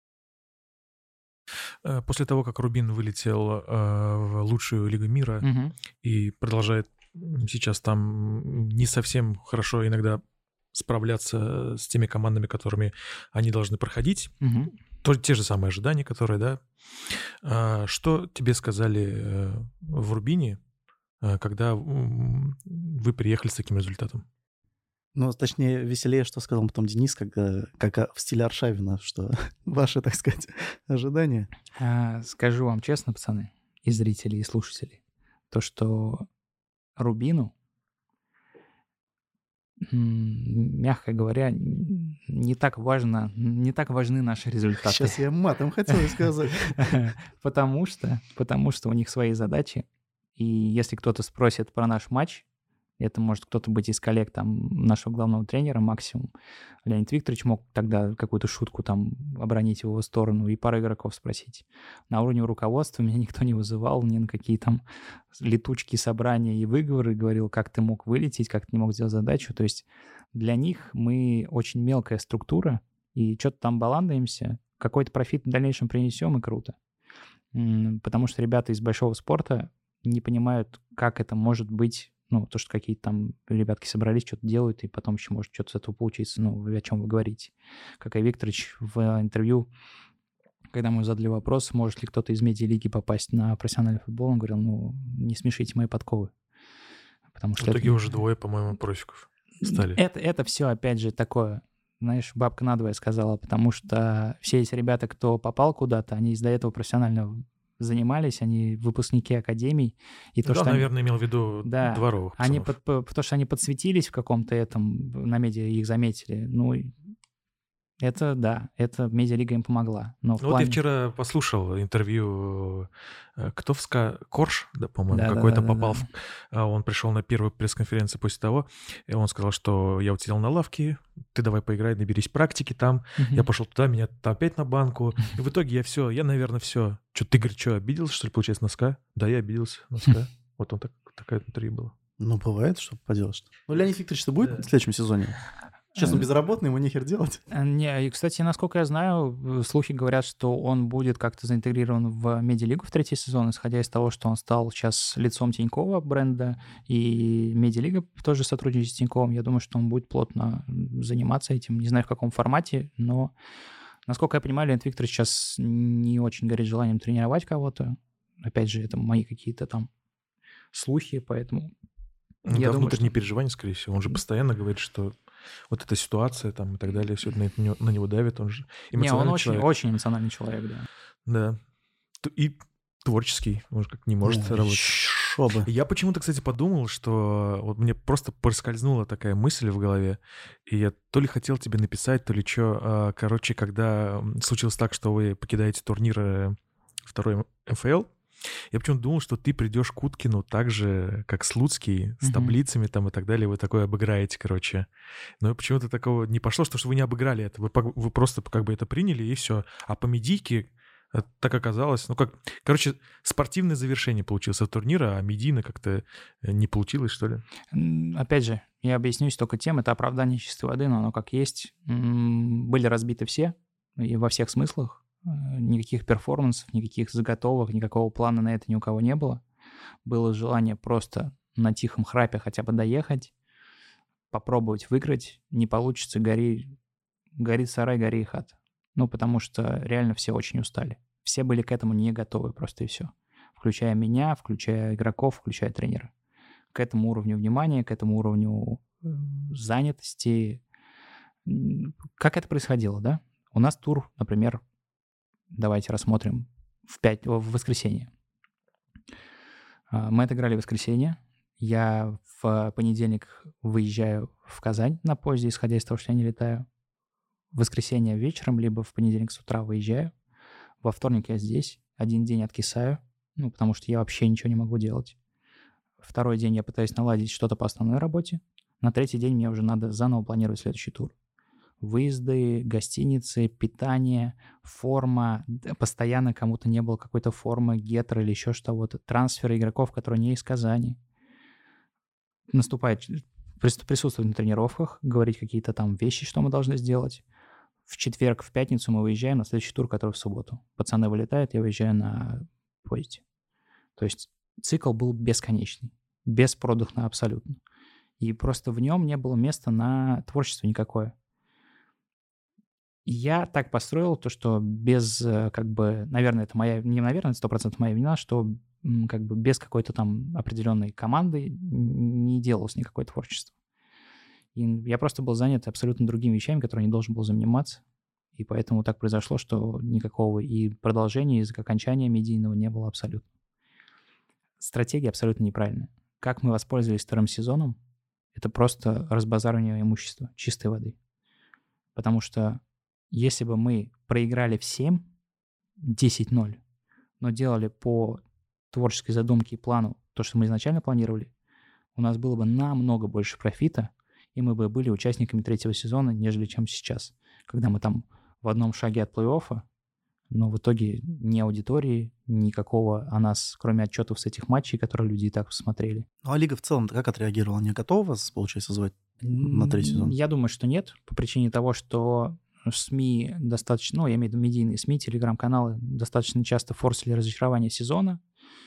После того, как Рубин вылетел в лучшую лигу мира и продолжает сейчас там не совсем хорошо иногда справляться с теми командами, которыми они должны проходить, те же самые ожидания, которые, да. Что тебе сказали в Рубине, когда вы приехали с таким результатом? Ну, точнее, веселее, что сказал потом Денис, как в стиле Аршавина, что ваши, так сказать, ожидания. Скажу вам честно, пацаны, и зрители, и слушатели, то, что Рубину, мягко говоря, не так важны наши результаты. Сейчас я матом хотел сказать. Потому что у них свои задачи. И если кто-то спросит про наш матч, это может кто-то быть из коллег там нашего главного тренера, максимум. Леонид Викторович мог тогда какую-то шутку там обронить в его сторону и пару игроков спросить. На уровне руководства меня никто не вызывал ни на какие там летучки, собрания и выговоры, говорил, как ты мог вылететь, как ты не мог сделать задачу. То есть для них мы очень мелкая структура, и что-то там баландаемся, какой-то профит в дальнейшем принесем, и круто. Потому что ребята из большого спорта не понимают, как это может быть. Ну, то, что какие-то там ребятки собрались, что-то делают, и потом еще может что-то с этого получиться. Ну, о чем вы говорите. Как и Викторович в интервью, когда мы задали вопрос, может ли кто-то из медиалиги попасть на профессиональный футбол, он говорил, ну, не смешите мои подковы. Потому что в итоге уже двое, по-моему, профиков стали. Это все, опять же, такое, знаешь, бабка надвое сказала, потому что все эти ребята, кто попал куда-то, они до этого профессионально занимались, они выпускники академий. И то, да, что наверное, имел в виду дворовых пацанов. То, что они подсветились в каком-то этом, на медиа их заметили, ну, это, да, это медиалига им помогла. Но вот плане... я вчера послушал интервью, кто в Корж, да, по-моему, да, какой-то попал. Он пришел на первую пресс-конференцию после того, и он сказал, что я вот сидел на лавке, ты давай поиграй, наберись практики там. Я пошел туда, меня там опять на банку. И в итоге я, наверное, все. Что, ты, говорит, что, обиделся, что ли, получается, на СКА? Да, я обиделся на СКА. Вот он такая внутри была. Ну, бывает, что поделаешь. Ну, Леонид Викторович-то будет в следующем сезоне? Сейчас он безработный, ему нехер делать. Не, и, кстати, насколько я знаю, слухи говорят, что он будет как-то заинтегрирован в медиалигу в третий сезон, исходя из того, что он стал сейчас лицом Тинькова бренда, и медиалига тоже сотрудничает с Тиньковым. Я думаю, что он будет плотно заниматься этим. Не знаю, в каком формате, но, насколько я понимаю, Леонид Викторович сейчас не очень горит желанием тренировать кого-то. Опять же, это мои какие-то там слухи, поэтому... Я думаю, внутренние переживания, скорее всего. Он же постоянно говорит, что вот эта ситуация там и так далее, все на него давит, он же эмоциональный человек. Очень эмоциональный человек, да. Да. И творческий, он же как не может работать. Шо бы. Я почему-то, кстати, подумал, что вот мне просто проскользнула такая мысль в голове, и я то ли хотел тебе написать, то ли что. Короче, когда случилось так, что вы покидаете турнир второй МФЛ, я почему-то думал, что ты придешь к Уткину так же, как Слуцкий, с таблицами там и так далее, вы такое обыграете, короче. Но почему-то такого не пошло, что вы не обыграли это, вы просто как бы это приняли, и все. А по медийке так оказалось, короче, спортивное завершение получилось от турнира, а медийно как-то не получилось, что ли? Опять же, я объяснюсь только тем, это оправдание чистой воды, но оно как есть. Были разбиты все, и во всех смыслах. Никаких перформансов, никаких заготовок, никакого плана на это ни у кого не было. Было желание просто на тихом храпе хотя бы доехать, попробовать выиграть. Не получится, горит сарай, гори и хата. Ну, потому что реально все очень устали. Все были к этому не готовы, просто и все. Включая меня, включая игроков, включая тренера. К этому уровню внимания, к этому уровню занятости. Как это происходило, да? У нас тур, например, давайте рассмотрим в воскресенье. Мы отыграли в воскресенье. Я в понедельник выезжаю в Казань на поезде, исходя из того, что я не летаю. В воскресенье вечером, либо в понедельник с утра выезжаю. Во вторник я здесь, один день откисаю, потому что я вообще ничего не могу делать. Второй день я пытаюсь наладить что-то по основной работе. На третий день мне уже надо заново планировать следующий тур. Выезды, гостиницы, питание, форма. Постоянно кому-то не было какой-то формы, гетер или еще что-то. Трансферы игроков, которые не из Казани. Присутствовать на тренировках, говорить какие-то там вещи, что мы должны сделать. В четверг, в пятницу мы выезжаем на следующий тур, который в субботу. Пацаны вылетают, я выезжаю на поезде. То есть цикл был бесконечный, беспродуктный абсолютно. И просто в нем не было места на творчество никакое. Я так построил то, что без, наверное, это моя, не наверное, 100% моя вина, что без какой-то там определенной команды не делалось никакое творчество. И я просто был занят абсолютно другими вещами, которые не должен был заниматься. И поэтому так произошло, что никакого и продолжения, и окончания медийного не было абсолютно. Стратегия абсолютно неправильная. Как мы воспользовались вторым сезоном, это просто разбазаривание имущества, чистой воды. Потому что если бы мы проиграли всем 10-0, но делали по творческой задумке и плану то, что мы изначально планировали, у нас было бы намного больше профита, и мы бы были участниками третьего сезона, нежели чем сейчас, когда мы там в одном шаге от плей-оффа, но в итоге ни аудитории, никакого о нас, кроме отчетов с этих матчей, которые люди и так посмотрели. Ну, а Лига в целом как отреагировала? Не готова вас, получается, звать на третий сезон? Я думаю, что нет, по причине того, что СМИ достаточно, я имею в виду медийные СМИ, телеграм-каналы достаточно часто форсили разочарование сезона,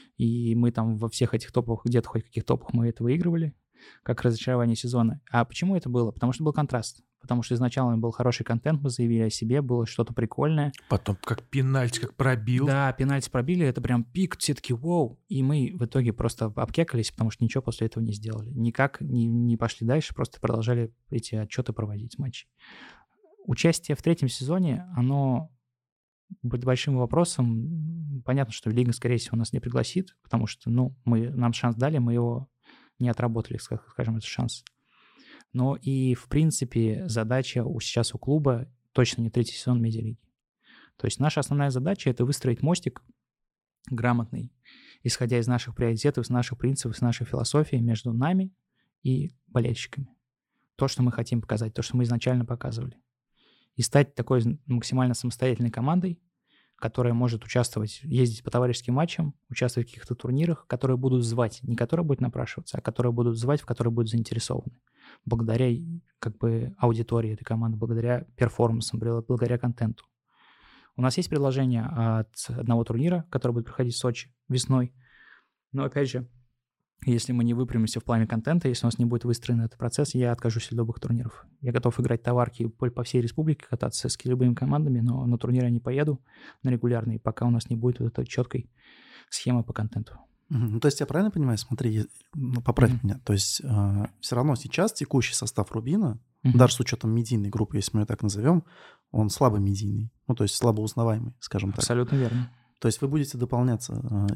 и мы там во всех этих топах, где-то хоть в каких топах мы это выигрывали, как разочарование сезона. А почему это было? Потому что был контраст. Потому что изначально был хороший контент, мы заявили о себе, было что-то прикольное. Потом как пенальти, как пробил. Да, пенальти пробили, это прям пик, все таки вау. И мы в итоге просто обкекались, потому что ничего после этого не сделали. Никак не пошли дальше, просто продолжали эти отчеты проводить с матчей. Участие в третьем сезоне, оно будет большим вопросом. Понятно, что Лига, скорее всего, нас не пригласит, потому что, нам шанс дали, мы его не отработали, скажем, этот шанс. Но и, в принципе, задача сейчас у клуба точно не третий сезон медиалиги. То есть наша основная задача — это выстроить мостик грамотный, исходя из наших приоритетов, из наших принципов, из нашей философии между нами и болельщиками. То, что мы хотим показать, то, что мы изначально показывали. И стать такой максимально самостоятельной командой, которая может участвовать, ездить по товарищеским матчам, участвовать в каких-то турнирах, которые будут звать, не которые будут напрашиваться, а которые будут звать, в которые будут заинтересованы. Благодаря аудитории этой команды, благодаря перформансам, благодаря контенту. У нас есть предложение от одного турнира, который будет проходить в Сочи весной. Но, опять же, если мы не выпрямимся в плане контента, если у нас не будет выстроен этот процесс, я откажусь от любых турниров. Я готов играть товарки по всей республике, кататься с любыми командами, но на турниры я не поеду на регулярные, пока у нас не будет вот этой четкой схемы по контенту. То есть я правильно понимаю, смотри, поправь меня, то есть все равно сейчас текущий состав Рубина, даже с учетом медийной группы, если мы ее так назовем, он слабо медийный, то есть слабо узнаваемый, скажем так. Абсолютно верно. То есть вы будете дополнять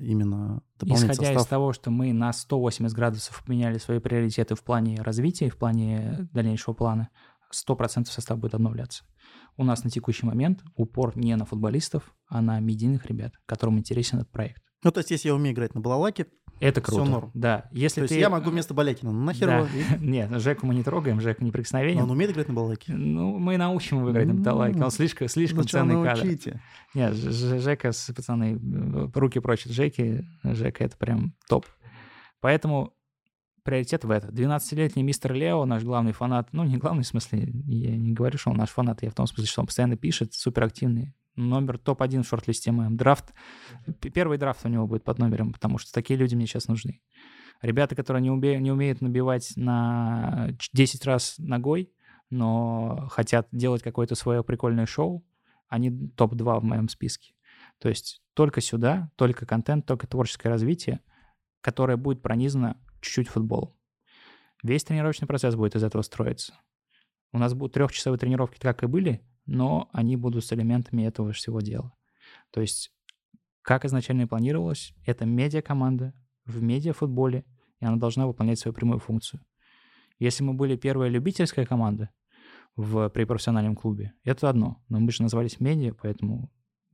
Исходя состав. из того, что мы на 180 градусов поменяли свои приоритеты в плане развития, в плане дальнейшего плана, 100% состав будет обновляться. У нас на текущий момент упор не на футболистов, а на медийных ребят, которым интересен этот проект. То есть если я умею играть на балалайке, это круто. Все норм. Да. Если то есть я могу вместо Балякина нахер его... Нет, Жеку мы не трогаем, Жека неприкосновенен. Он умеет играть на балалайке? Мы научим его играть на балалайке. Он слишком ценный кадр. Нет, Жека, пацаны, руки прочь от Жеки. Жека — это прям топ. Поэтому приоритет в это. 12-летний мистер Лео, наш главный фанат. Не главный, в смысле, я не говорю, что он наш фанат. Я в том смысле, что он постоянно пишет, суперактивный. Номер топ-1 в шорт-листе моем. Первый драфт у него будет под номером, потому что такие люди мне сейчас нужны. Ребята, которые не умеют набивать на 10 раз ногой, но хотят делать какое-то свое прикольное шоу, они топ-2 в моем списке. То есть только сюда, только контент, только творческое развитие, которое будет пронизано чуть-чуть футболом. Весь тренировочный процесс будет из этого строиться. У нас будут 3-часовые тренировки, как и были, но они будут с элементами этого всего дела. То есть, как изначально и планировалось, это медиакоманда в медиафутболе, и она должна выполнять свою прямую функцию. Если мы были первая любительская команда при профессиональном клубе, это одно, но мы же назывались медиа, поэтому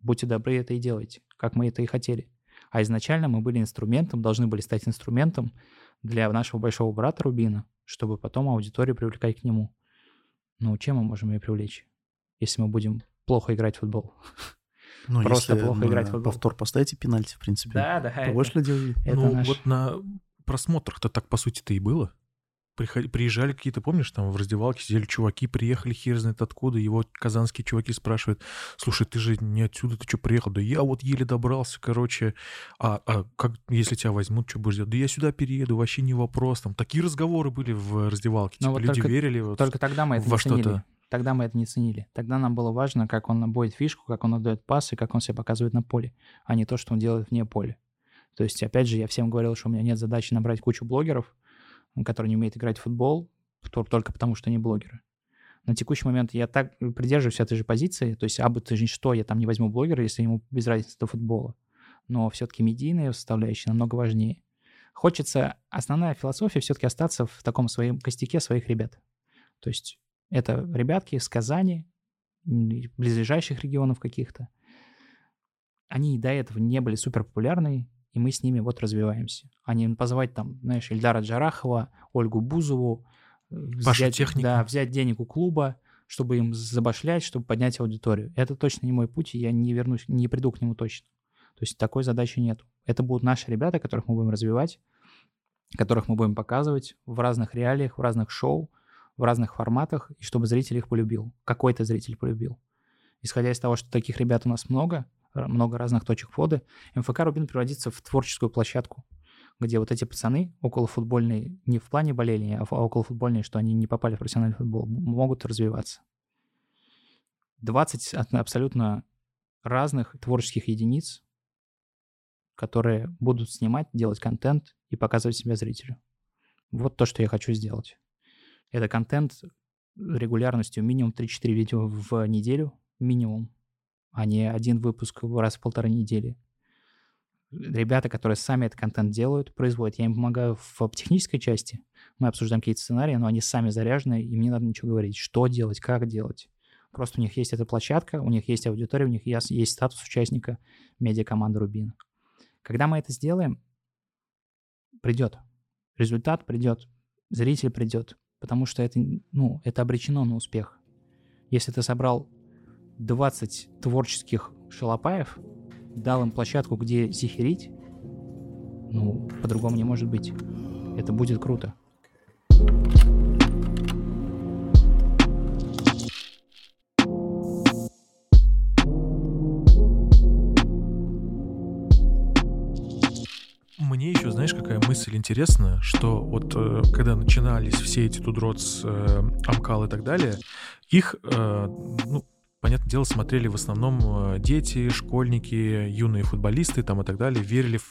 Будьте добры, это и делайте, как мы это и хотели. А изначально мы были инструментом, должны были стать инструментом для нашего большого брата Рубина, чтобы потом аудиторию привлекать к нему. Ну, чем мы можем ее привлечь, если мы будем плохо играть в футбол? Ну, Просто если плохо играть в футбол. повтор поставите пенальти, в принципе, Да, то больше людей увидят. это Ну, наш... вот на просмотрах-то так, по сути-то, и было. Приезжали какие-то, помнишь, там в раздевалке сидели чуваки, приехали хер знает откуда, его казанские чуваки спрашивают: слушай, ты же не отсюда, ты что приехал? Да я вот еле добрался, короче. А как, если тебя возьмут, что будешь делать? Да я сюда перееду, вообще не вопрос. Там такие разговоры были в раздевалке. Но Типа вот люди только, верили вот только тогда мы это во не ценили. что-то. Тогда мы это не ценили. Тогда нам было важно, как он набоит фишку, как он отдает пасы, как он себя показывает на поле, а не то, что он делает вне поля. То есть, опять же, я всем говорил, что у меня нет задачи набрать кучу блогеров, которые не умеют играть в футбол, только потому, что они блогеры. На текущий момент я так придерживаюсь этой же позиции, то есть абы ты же что, я там не возьму блогера, если ему без разницы до футбола. Но все-таки медийная составляющая намного важнее. Хочется, основная философия все-таки остаться в таком своем костяке своих ребят. То есть это ребятки из Казани, близлежащих регионов каких-то. Они до этого не были супер популярны, и мы с ними вот развиваемся. А не позвать там, знаешь, Ильдара Джарахова, Ольгу Бузову, взять денег у клуба, чтобы им забашлять, чтобы поднять аудиторию. Это точно не мой путь, и я не вернусь, не приду к нему точно. То есть такой задачи нет. Это будут наши ребята, которых мы будем развивать, которых мы будем показывать в разных реалиях, в разных шоу, в разных форматах, и чтобы зритель их полюбил. Какой-то зритель полюбил. Исходя из того, что таких ребят у нас много разных точек входа, МФК «Рубин» превратится в творческую площадку, где вот эти пацаны околофутбольные, не в плане болели, а околофутбольные, что они не попали в профессиональный футбол, могут развиваться. 20 абсолютно разных творческих единиц, которые будут снимать, делать контент и показывать себя зрителю. Вот то, что я хочу сделать. Это контент регулярностью минимум 3-4 видео в неделю, минимум, а не один выпуск раз в 1,5 недели. Ребята, которые сами этот контент делают, производят. Я им помогаю в технической части. Мы обсуждаем какие-то сценарии, но они сами заряжены, и мне не надо ничего говорить. Что делать, как делать. Просто у них есть эта площадка, у них есть аудитория, у них есть статус участника медиакоманды «Рубин». Когда мы это сделаем, придет. Результат придет. Зритель придет. Потому что это обречено на успех. Если ты собрал 20 творческих шалопаев, дал им площадку, где зихерить, по-другому не может быть. Это будет круто. Мне еще, знаешь, какая мысль интересная, что вот когда начинались все эти Тудроц, Амкал и так далее, их, понятное дело, смотрели в основном дети, школьники, юные футболисты там и так далее,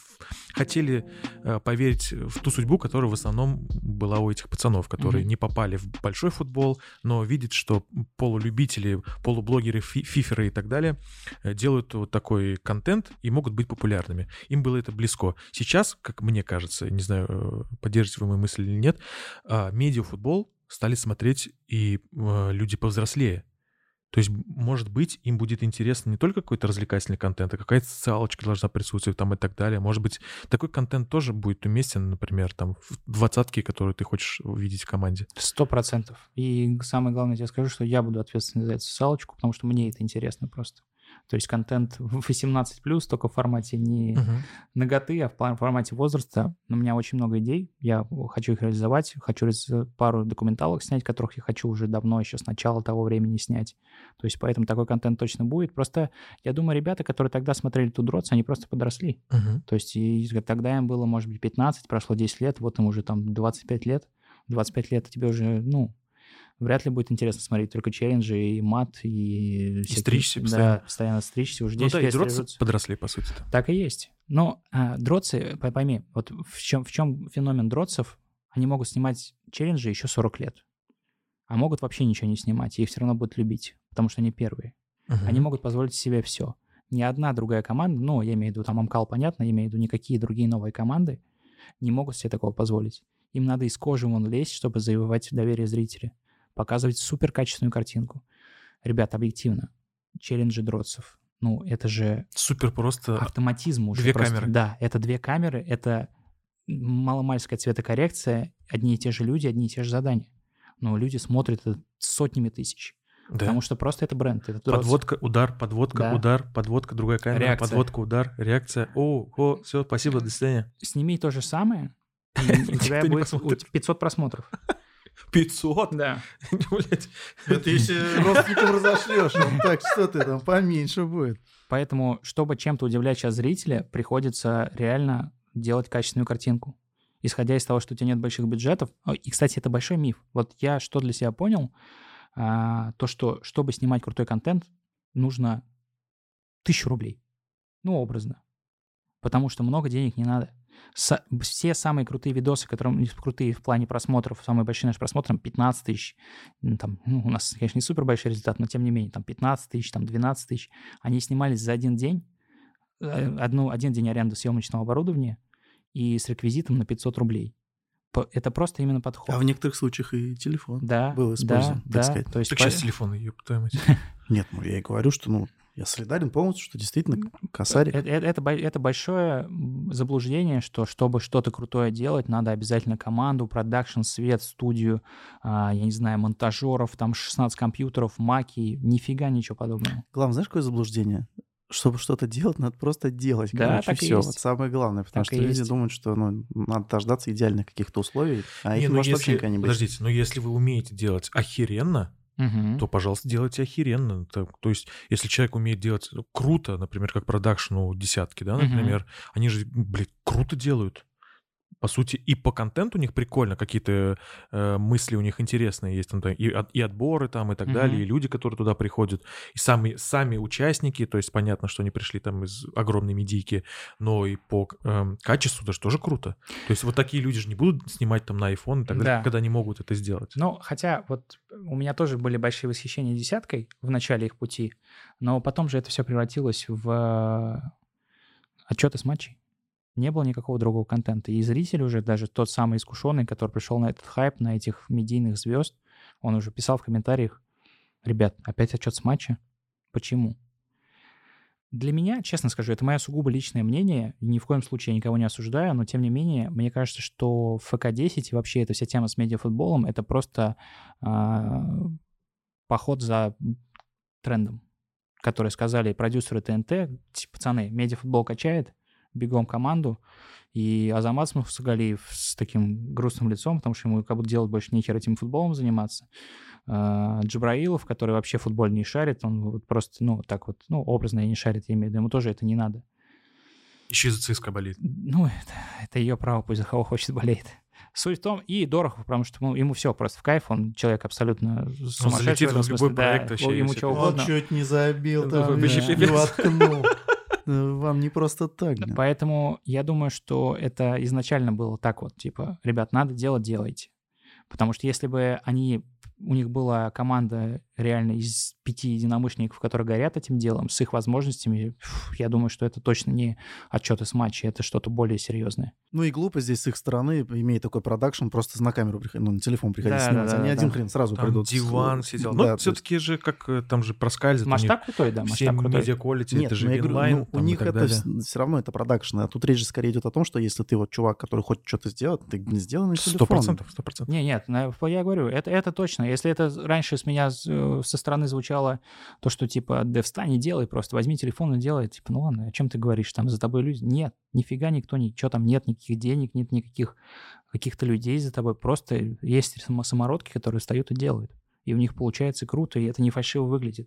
хотели поверить в ту судьбу, которая в основном была у этих пацанов, которые не попали в большой футбол, но видят, что полулюбители, полублогеры, фиферы и так далее делают вот такой контент и могут быть популярными. Им было это близко. Сейчас, как мне кажется, не знаю, поддержите вы мою мысль или нет, медиафутбол стали смотреть и люди повзрослее. То есть, может быть, им будет интересно не только какой-то развлекательный контент, а какая-то социалочка должна присутствовать там и так далее. Может быть, такой контент тоже будет уместен, например, там в 20-ке, которые ты хочешь увидеть в команде. 100%. И самое главное, я тебе скажу, что я буду ответственен за эту социалочку, потому что мне это интересно просто. То есть контент 18+, только в формате не наготы, а в формате возраста. У меня очень много идей, я хочу их реализовать, хочу пару документалок снять, которых я хочу уже давно, еще с начала того времени снять. То есть поэтому такой контент точно будет. Просто я думаю, ребята, которые тогда смотрели Тудроц, они просто подросли. То есть и тогда им было, может быть, 15, прошло 10 лет, вот им уже там 25 лет. 25 лет тебе уже, вряд ли будет интересно смотреть только челленджи и мат, и стричься постоянно. Да, постоянно стричься. Уже 10 лет и Дротсы подросли, по сути-то. Так и есть. Но дротсы, пойми, вот в чем феномен дротсов, они могут снимать челленджи еще 40 лет. А могут вообще ничего не снимать, и их все равно будут любить, потому что они первые. Они могут позволить себе все. Ни одна другая команда, я имею в виду, там Амкал, понятно, я имею в виду никакие другие новые команды, не могут себе такого позволить. Им надо из кожи вон лезть, чтобы завоевать доверие зрителя. Показывать суперкачественную картинку. Ребят, объективно, челленджи дротсов Ну, это же Супер просто. автоматизм уже. Две просто. камеры. Да, это 2 камеры, это маломальская цветокоррекция, одни и те же люди, одни и те же задания. Но люди смотрят это сотнями тысяч. Да. Потому что просто это бренд. Это Подводка, удар, подводка, Да. удар, подводка, другая камера, Реакция. подводка, удар, реакция. Все, спасибо, до свидания. Сними то же самое, и у тебя Никто не будет посмотрит. 500 просмотров. 500? Да. Блядь. Это если родственникам разошлешь, так что ты там поменьше будет. Поэтому, чтобы чем-то удивлять сейчас зрителя, приходится реально делать качественную картинку. Исходя из того, что у тебя нет больших бюджетов. И, кстати, это большой миф. Вот я что для себя понял, то, что чтобы снимать крутой контент, нужно 1000 рублей. Ну, образно. Потому что много денег не надо. Все самые крутые видосы, которые крутые в плане просмотров, самые большие наши просмотры, 15 тысяч, там, ну, у нас, конечно, не супер большой результат, но тем не менее, там 15 тысяч, там 12 тысяч, они снимались за один день, один день аренды съемочного оборудования и с реквизитом на 500 рублей. Это просто именно подход. А в некоторых случаях и телефон Да, был использован, да, так сказать. То есть Так сейчас телефон, ёптаю мать. Нет, ну я и говорю, что я солидарен полностью, что действительно косарик. Это большое заблуждение, что чтобы что-то крутое делать, надо обязательно команду, продакшн, свет, студию, я не знаю, монтажеров, там 16 компьютеров, маки, нифига ничего подобного. Главное, знаешь, какое заблуждение? Чтобы что-то делать, надо просто делать. Да, короче, так и все. есть. Вот самое главное, потому Так и что люди есть. думают, что надо дождаться идеальных каких-то условий, а Не, их ну может вообще если- никогда не быть. Подождите, но если вы умеете делать охеренно, то, пожалуйста, делайте охеренно. То есть, если человек умеет делать круто, например, как продакшну десятки, да, например, они же, блядь, круто делают. По сути, и по контенту у них прикольно, какие-то мысли у них интересные есть, там, и отборы там, и так далее, и люди, которые туда приходят, и сами участники, то есть понятно, что они пришли там из огромной медийки, но и по качеству даже тоже круто. То есть вот такие люди же не будут снимать там на iPhone и так далее, Да. когда не могут это сделать. Ну, хотя вот у меня тоже были большие восхищения десяткой в начале их пути, но потом же это все превратилось в отчеты с матчей. Не было никакого другого контента. И зритель уже, даже тот самый искушенный, который пришел на этот хайп, на этих медийных звезд, он уже писал в комментариях: ребят, опять отчет с матча? Почему? Для меня, честно скажу, это мое сугубо личное мнение, и ни в коем случае я никого не осуждаю, но тем не менее, мне кажется, что ФК-10 и вообще эта вся тема с медиафутболом — это просто поход за трендом, которые сказали продюсеры ТНТ: пацаны, медиафутбол качает, бегом команду. И Азамат Смусагалиев с таким грустным лицом, потому что ему как будто делать больше нехер этим футболом заниматься. Джабраилов, который вообще в футболе не шарит, он вот просто, образно не шарит, я имею в виду, ему тоже это не надо. Еще и за ЦСКА болит. Ну, это ее право, пусть за кого хочет болеет. Суть в том, и Дорохов, потому что ему все просто в кайф, он человек абсолютно сумасшедший. залетит в этом в любой смысле, проект вообще, ему если чего это- Он угодно. чуть не забил, Да, там, вообще не пипец. воткнул. Вам не просто так. блин. Поэтому я думаю, что это изначально было так вот, типа, ребят, надо делать, делайте. Потому что если бы у них была команда реально из 5 единомышленников, которые горят этим делом, с их возможностями, я думаю, что это точно не отчеты с матча, это что-то более серьезное. Ну и глупо здесь с их стороны, имея такой продакшн, просто на камеру приходить, на телефон приходить Да, снимать. да, Они да, один да. хрен сразу Там придут. диван сидел. Да, Но то есть- все-таки же, как там же проскальзывает. у них Масштаб крутой, да, все масштаб крутой. медиа-квалити, Нет, это же ну, я говорю, инлайн, у них это все равно это продакшн. А тут речь же скорее идет о том, что если ты вот чувак, который хочет что-то сделать, ты не сделай на телефон. 100%. Нет, я говорю, это точно. Если это раньше с меня со стороны звучало то, что типа, да встань и делай просто, возьми телефон и делай. Типа, ну ладно, о чем ты говоришь, там за тобой люди? Нет, нифига никто, ничего там нет, никаких денег, нет никаких каких-то людей за тобой. Просто есть самородки, которые встают и делают. И у них получается круто, и это не фальшиво выглядит.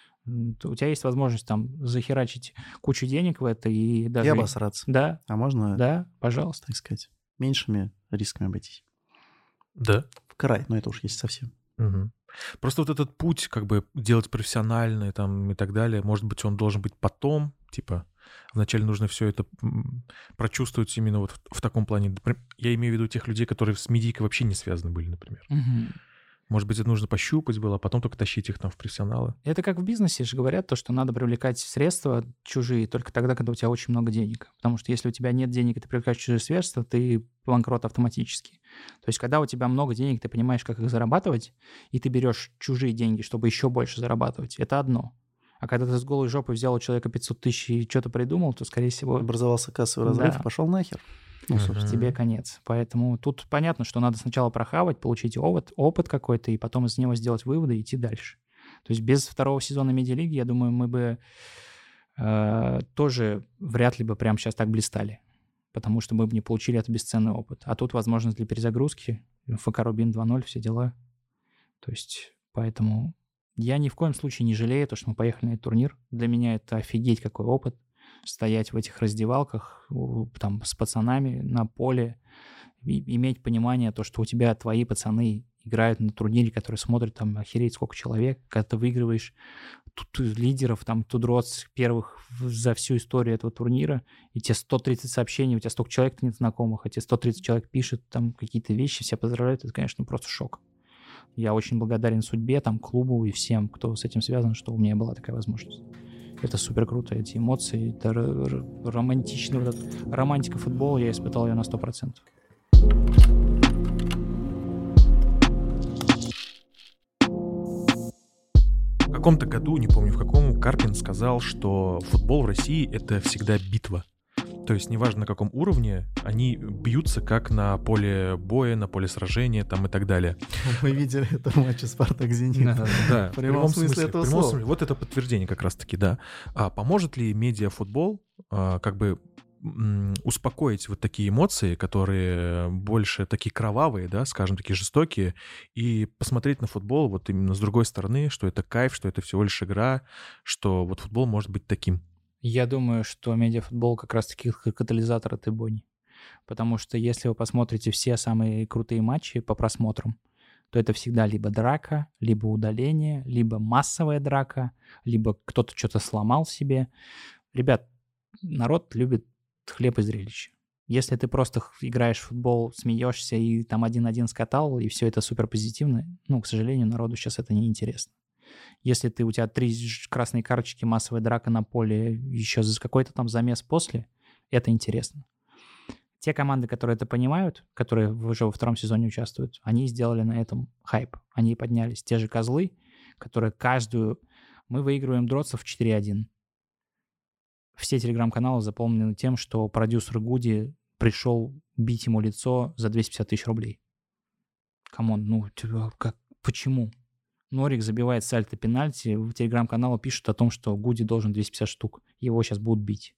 У тебя есть возможность там захерачить кучу денег в это и даже... И обосраться. Да, А можно, да, пожалуйста. так сказать, меньшими рисками обойтись. Да. В край, но это уж есть совсем. Мгм. Просто вот этот путь, как бы делать профессиональный там и так далее, может быть, он должен быть потом, типа, вначале нужно все это прочувствовать именно вот в таком плане. Я имею в виду тех людей, которые с медийкой вообще не связаны были, например. Мгм. Может быть, это нужно пощупать было, а потом только тащить их там в профессионалы. Это как в бизнесе же говорят, то, что надо привлекать средства чужие только тогда, когда у тебя очень много денег. Потому что если у тебя нет денег, и ты привлекаешь чужие средства, ты банкрот автоматически. То есть когда у тебя много денег, ты понимаешь, как их зарабатывать, и ты берешь чужие деньги, чтобы еще больше зарабатывать, это одно. А когда ты с голой жопой взял у человека 500 тысяч и что-то придумал, то, скорее всего... Образовался кассовый разрыв, Да. пошел нахер. Ну, собственно. Тебе конец. Поэтому тут понятно, что надо сначала прохавать, получить опыт какой-то, и потом из него сделать выводы и идти дальше. То есть без второго сезона медиалиги, я думаю, мы бы тоже вряд ли бы прямо сейчас так блистали, потому что мы бы не получили этот бесценный опыт. А тут возможность для перезагрузки, ФК Рубин 2.0, все дела. То есть поэтому я ни в коем случае не жалею то, что мы поехали на этот турнир. Для меня это офигеть какой опыт. Стоять в этих раздевалках там с пацанами на поле, и иметь понимание, то, что у тебя твои пацаны играют на турнире, которые смотрят там охереть сколько человек, когда ты выигрываешь тут лидеров, там Тудроц первых за всю историю этого турнира, и те 130 сообщений, у тебя столько человек нет знакомых, а те 130 человек пишут там какие-то вещи, все поздравляют, это, конечно, просто шок. Я очень благодарен судьбе, там, клубу и всем, кто с этим связан, что у меня была такая возможность. Это супер круто, эти эмоции, это романтичный, вот этот, романтика футбола, я испытал ее на 100%. В каком-то году, не помню в каком, Карпин сказал, что футбол в России — это всегда битва. То есть неважно на каком уровне, они бьются как на поле боя, на поле сражения там и так далее. Мы видели это в матче «Спартак-Зенит». Да, в прямом смысле этого слова. Вот это подтверждение как раз-таки, да. А поможет ли медиафутбол как бы успокоить вот такие эмоции, которые больше такие кровавые, да, скажем, такие жестокие, и посмотреть на футбол вот именно с другой стороны, что это кайф, что это всего лишь игра, что вот футбол может быть таким? Я думаю, что медиафутбол как раз-таки катализатор этой бойни. Потому что если вы посмотрите все самые крутые матчи по просмотрам, то это всегда либо драка, либо удаление, либо массовая драка, либо кто-то что-то сломал себе. Ребят, народ любит хлеб и зрелище. Если ты просто играешь в футбол, смеешься и там 1-1 скатал, и все это супер позитивно, к сожалению, народу сейчас это не интересно. Если у тебя 3 красные карточки, массовая драка на поле, еще какой-то там замес после, это интересно. Те команды, которые это понимают, которые уже во втором сезоне участвуют, они сделали на этом хайп. Они поднялись. Те же козлы, которые каждую... Мы выигрываем Дроцов 4-1. Все телеграм-каналы заполнены тем, что продюсер Гуди пришел бить ему лицо за 250 тысяч рублей. Камон, почему? Норик забивает сальто пенальти, в телеграм-каналу пишут о том, что Гуди должен 250 штук. Его сейчас будут бить.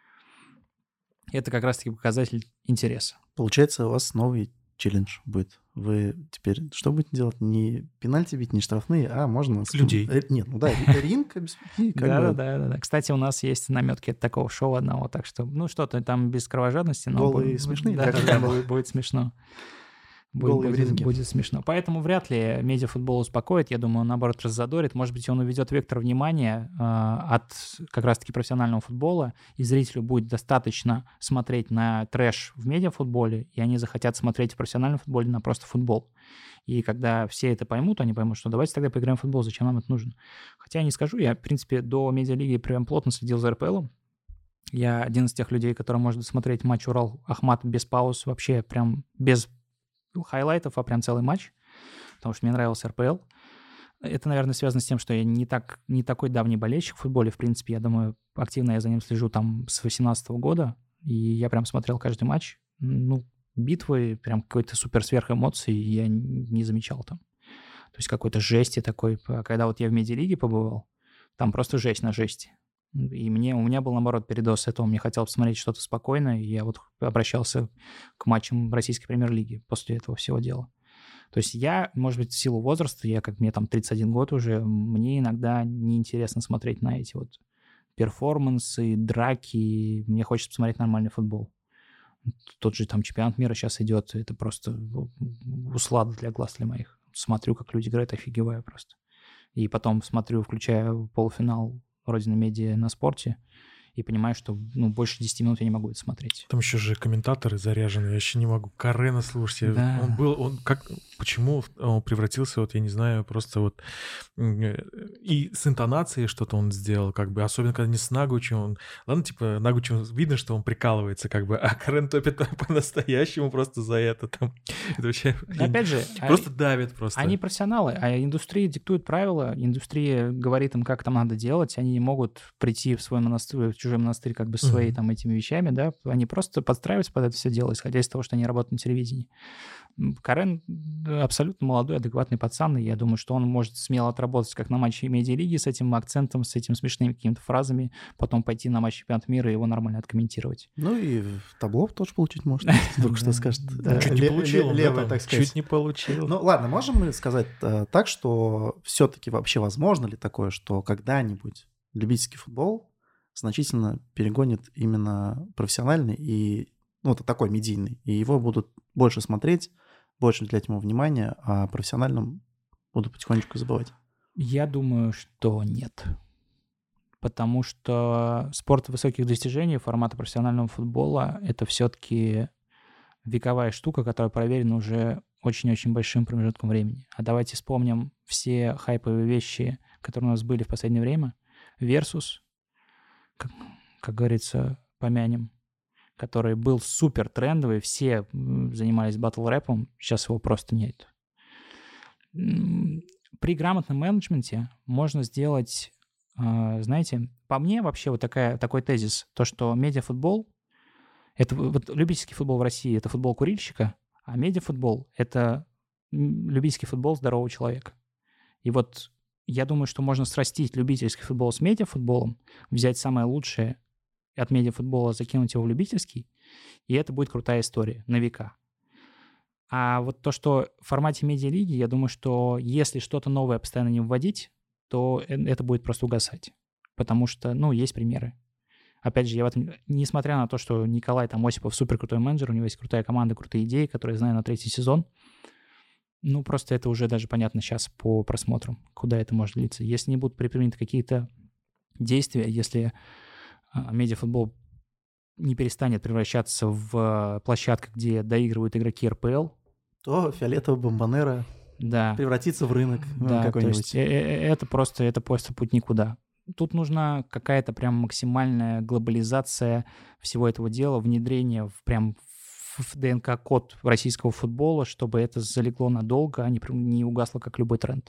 Это как раз-таки показатель интереса. Получается, у вас новый челлендж будет. Вы теперь что будете делать? Не пенальти бить, не штрафные, а можно... Людей. Нет, ринг. Да. Кстати, у нас есть наметки от такого шоу одного, так что, что-то там без кровожадности, но... Голые смешные. Да, будет смешно. Голые в ринге. Будет смешно. Поэтому вряд ли медиафутбол успокоит. Я думаю, он, наоборот, раззадорит. Может быть, он уведет вектор внимания от как раз-таки профессионального футбола, и зрителю будет достаточно смотреть на трэш в медиафутболе, и они захотят смотреть в профессиональном футболе на просто футбол. И когда все это поймут, они поймут, что давайте тогда поиграем в футбол, зачем нам это нужно. Хотя я не скажу, я, в принципе, до медиалиги прям плотно следил за РПЛом. Я один из тех людей, который может смотреть матч Урал-Ахмат без пауз, вообще прям без хайлайтов, а прям целый матч, потому что мне нравился РПЛ. Это, наверное, связано с тем, что я не такой давний болельщик в футболе, в принципе, я думаю, активно я за ним слежу там с 2018 года, и я прям смотрел каждый матч. Битвы, прям какой-то супер-сверх эмоций я не замечал там. То есть какой-то жести такой. Когда вот я в медиалиге побывал, там просто жесть на жести. И у меня был, наоборот, передоз этого. Мне хотелось посмотреть что-то спокойное, и я вот обращался к матчам российской премьер-лиги после этого всего дела. То есть я, может быть, в силу возраста, мне там 31 год уже, мне иногда неинтересно смотреть на эти вот перформансы, драки. Мне хочется посмотреть нормальный футбол. Тот же там чемпионат мира сейчас идет, это просто услада для глаз для моих. Смотрю, как люди играют, офигеваю просто. И потом смотрю, включаю полуфинал Родина Медиа на спорте, и понимаю, что больше 10 минут я не могу это смотреть. Там еще же комментаторы заряжены, я еще не могу Карена слушать. Да. Почему он превратился, вот я не знаю, просто вот и с интонацией что-то он сделал, как бы, особенно когда не с Нагучем. Ладно, типа, Нагучем видно, что он прикалывается, как бы, а Карен топит по-настоящему просто за это там. Это вообще... Опять же... Просто давит просто. Они профессионалы, а индустрия диктует правила, индустрия говорит им, как там надо делать, они не могут прийти в свой монастырь, в чужой монастырь как бы своими там этими вещами, да, они просто подстраиваются под это все дело, исходя из того, что они работают на телевидении. Карен абсолютно молодой, адекватный пацан, и я думаю, что он может смело отработать как на матче медиалиги с этим акцентом, с этими смешными какими-то фразами, потом пойти на матч чемпионата мира и его нормально откомментировать. Ну и в табло тоже получить может, только что скажет. Чуть не получил. Левый, так сказать. Чуть не получил. Ну ладно, можем мы сказать так, что все-таки вообще возможно ли такое, что когда-нибудь любительский футбол значительно перегонит именно профессиональный и, это такой медийный, и его будут больше смотреть, больше уделять ему внимания, а профессиональным буду потихонечку забывать? Я думаю, что нет. Потому что спорт высоких достижений формата профессионального футбола — это все-таки вековая штука, которая проверена уже очень-очень большим промежутком времени. А давайте вспомним все хайповые вещи, которые у нас были в последнее время. Versus, как говорится, помянем, который был супер трендовый, все занимались батл-рэпом, сейчас его просто нет. При грамотном менеджменте можно сделать, знаете, по мне вообще вот такой тезис, то, что медиафутбол, это вот любительский футбол в России — это футбол курильщика, а медиафутбол — это любительский футбол здорового человека. И вот я думаю, что можно срастить любительский футбол с медиафутболом, взять самое лучшее от медиафутбола, закинуть его в любительский, и это будет крутая история на века. А вот то, что в формате медиалиги, я думаю, что если что-то новое постоянно не вводить, то это будет просто угасать. Потому что, есть примеры. Опять же, несмотря на то, что Николай Осипов суперкрутой менеджер, у него есть крутая команда, крутые идеи, которые я знаю на 3-й сезон, просто это уже даже понятно сейчас по просмотрам, куда это может длиться. Если не будут предприняты какие-то действия, если медиафутбол не перестанет превращаться в площадку, где доигрывают игроки РПЛ, то фиолетовая бомбонера превратится в рынок какой-нибудь. То есть это просто путь никуда. Тут нужна какая-то прям максимальная глобализация всего этого дела, внедрение в ДНК-код российского футбола, чтобы это залегло надолго, а не угасло, как любой тренд.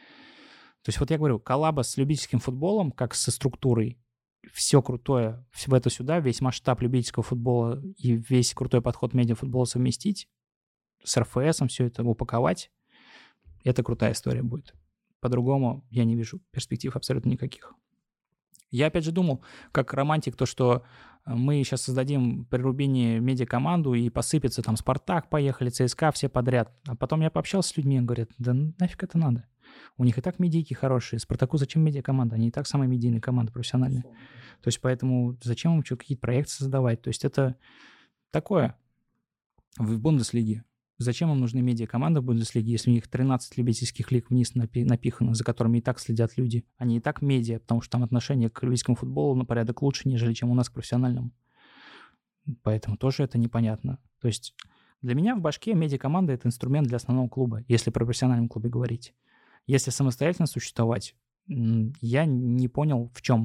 То есть вот я говорю, коллаба с любительским футболом, как со структурой, все крутое, в это сюда, весь масштаб любительского футбола и весь крутой подход медиафутбола совместить, с РФСом все это упаковать, это крутая история будет. По-другому я не вижу перспектив абсолютно никаких. Я опять же думал, как романтик, то, что мы сейчас создадим при Рубине медиакоманду и посыпется там Спартак, поехали, ЦСКА, все подряд. А потом я пообщался с людьми, говорят, да нафиг это надо. У них и так медийки хорошие. Спартаку зачем медиакоманда? Они и так самая медийная команда профессиональная. То есть поэтому зачем им какие-то проекты создавать? То есть это такое в Бундеслиге. Зачем им нужны медиакоманды в Бундеслиге, если у них 13 любительских лиг вниз напихано, за которыми и так следят люди? Они и так медиа, потому что там отношение к любительскому футболу на порядок лучше, нежели чем у нас к профессиональному. Поэтому тоже это непонятно. То есть для меня в башке медиакоманда — это инструмент для основного клуба, если про профессиональном клубе говорить. Если самостоятельно существовать, я не понял, в чем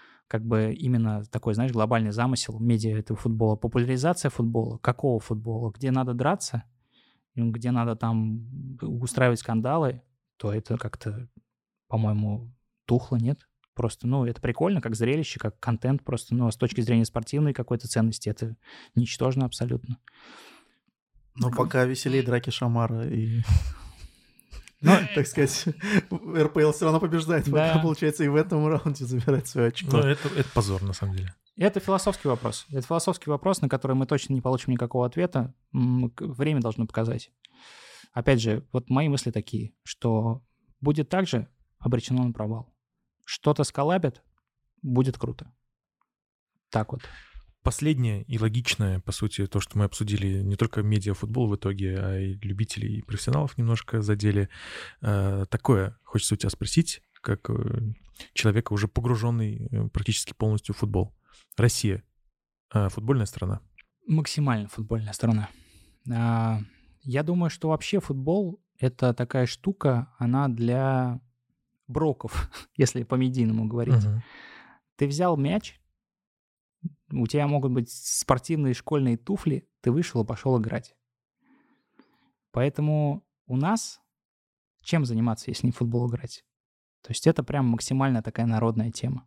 именно такой, глобальный замысел медиа этого футбола. Популяризация футбола. Какого футбола? Где надо драться, где надо там устраивать скандалы, то это как-то, по-моему, тухло, нет? Просто, это прикольно, как зрелище, как контент просто, с точки зрения спортивной какой-то ценности это ничтожно абсолютно. Но пока веселее драки Шамара и... так сказать, РПЛ все равно побеждает, пока, получается, и в этом раунде забирает свое очко. Это позор, на самом деле. Это философский вопрос. Это философский вопрос, на который мы точно не получим никакого ответа. Время должно показать. Опять же, вот мои мысли такие, что будет так же, обречено на провал. Что-то сколлабят, будет круто. Так вот. Последнее и логичное, по сути, то, что мы обсудили, не только медиафутбол в итоге, а и любителей и профессионалов немножко задели. Такое хочется у тебя спросить, как человека, уже погруженный практически полностью в футбол. Россия футбольная страна? Максимально футбольная страна. Я думаю, что вообще футбол — это такая штука, она для броков, если по-медийному говорить. Мгм. Ты взял мяч, у тебя могут быть спортивные школьные туфли, ты вышел и пошел играть. Поэтому у нас чем заниматься, если не в футбол играть? То есть это прям максимально такая народная тема.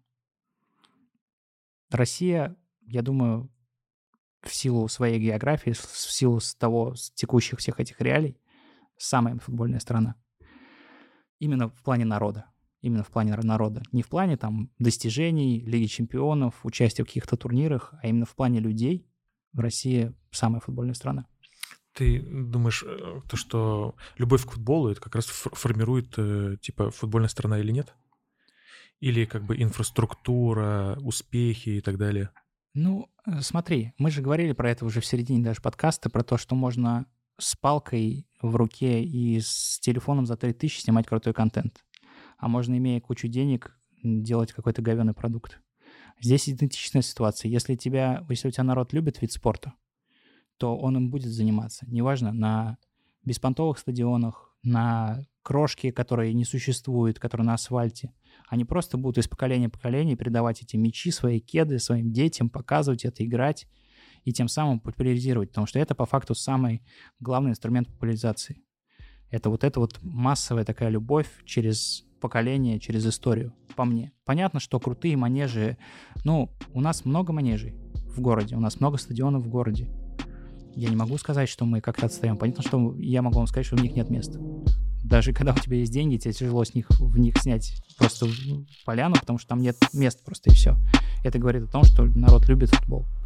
Россия, я думаю, в силу своей географии, в силу с текущих всех этих реалий, самая футбольная страна. Именно в плане народа. Именно в плане народа. Не в плане там достижений, Лиги чемпионов, участия в каких-то турнирах, а именно в плане людей Россия самая футбольная страна. Ты думаешь, то, что любовь к футболу, это как раз формирует, типа, футбольная страна или нет? Или как бы инфраструктура, успехи и так далее? Ну, смотри, мы же говорили про это уже в середине даже подкаста, про то, что можно с палкой в руке и с телефоном за 3000 снимать крутой контент. А можно, имея кучу денег, делать какой-то говёный продукт. Здесь идентичная ситуация. Если у тебя народ любит вид спорта, то он им будет заниматься. Неважно, на беспонтовых стадионах, на крошке, которые не существуют, которые на асфальте. Они просто будут из поколения в поколение передавать эти мячи, свои кеды своим детям, показывать это, играть и тем самым популяризировать, потому что это по факту самый главный инструмент популяризации. Это вот массовая такая любовь через поколение, через историю, по мне. Понятно, что крутые манежи, у нас много манежей в городе, у нас много стадионов в городе. Я не могу сказать, что мы как-то отстаем. Понятно, что я могу вам сказать, что в них нет места. Даже когда у тебя есть деньги, тебе тяжело в них снять просто поляну, потому что там нет мест просто и все. Это говорит о том, что народ любит футбол.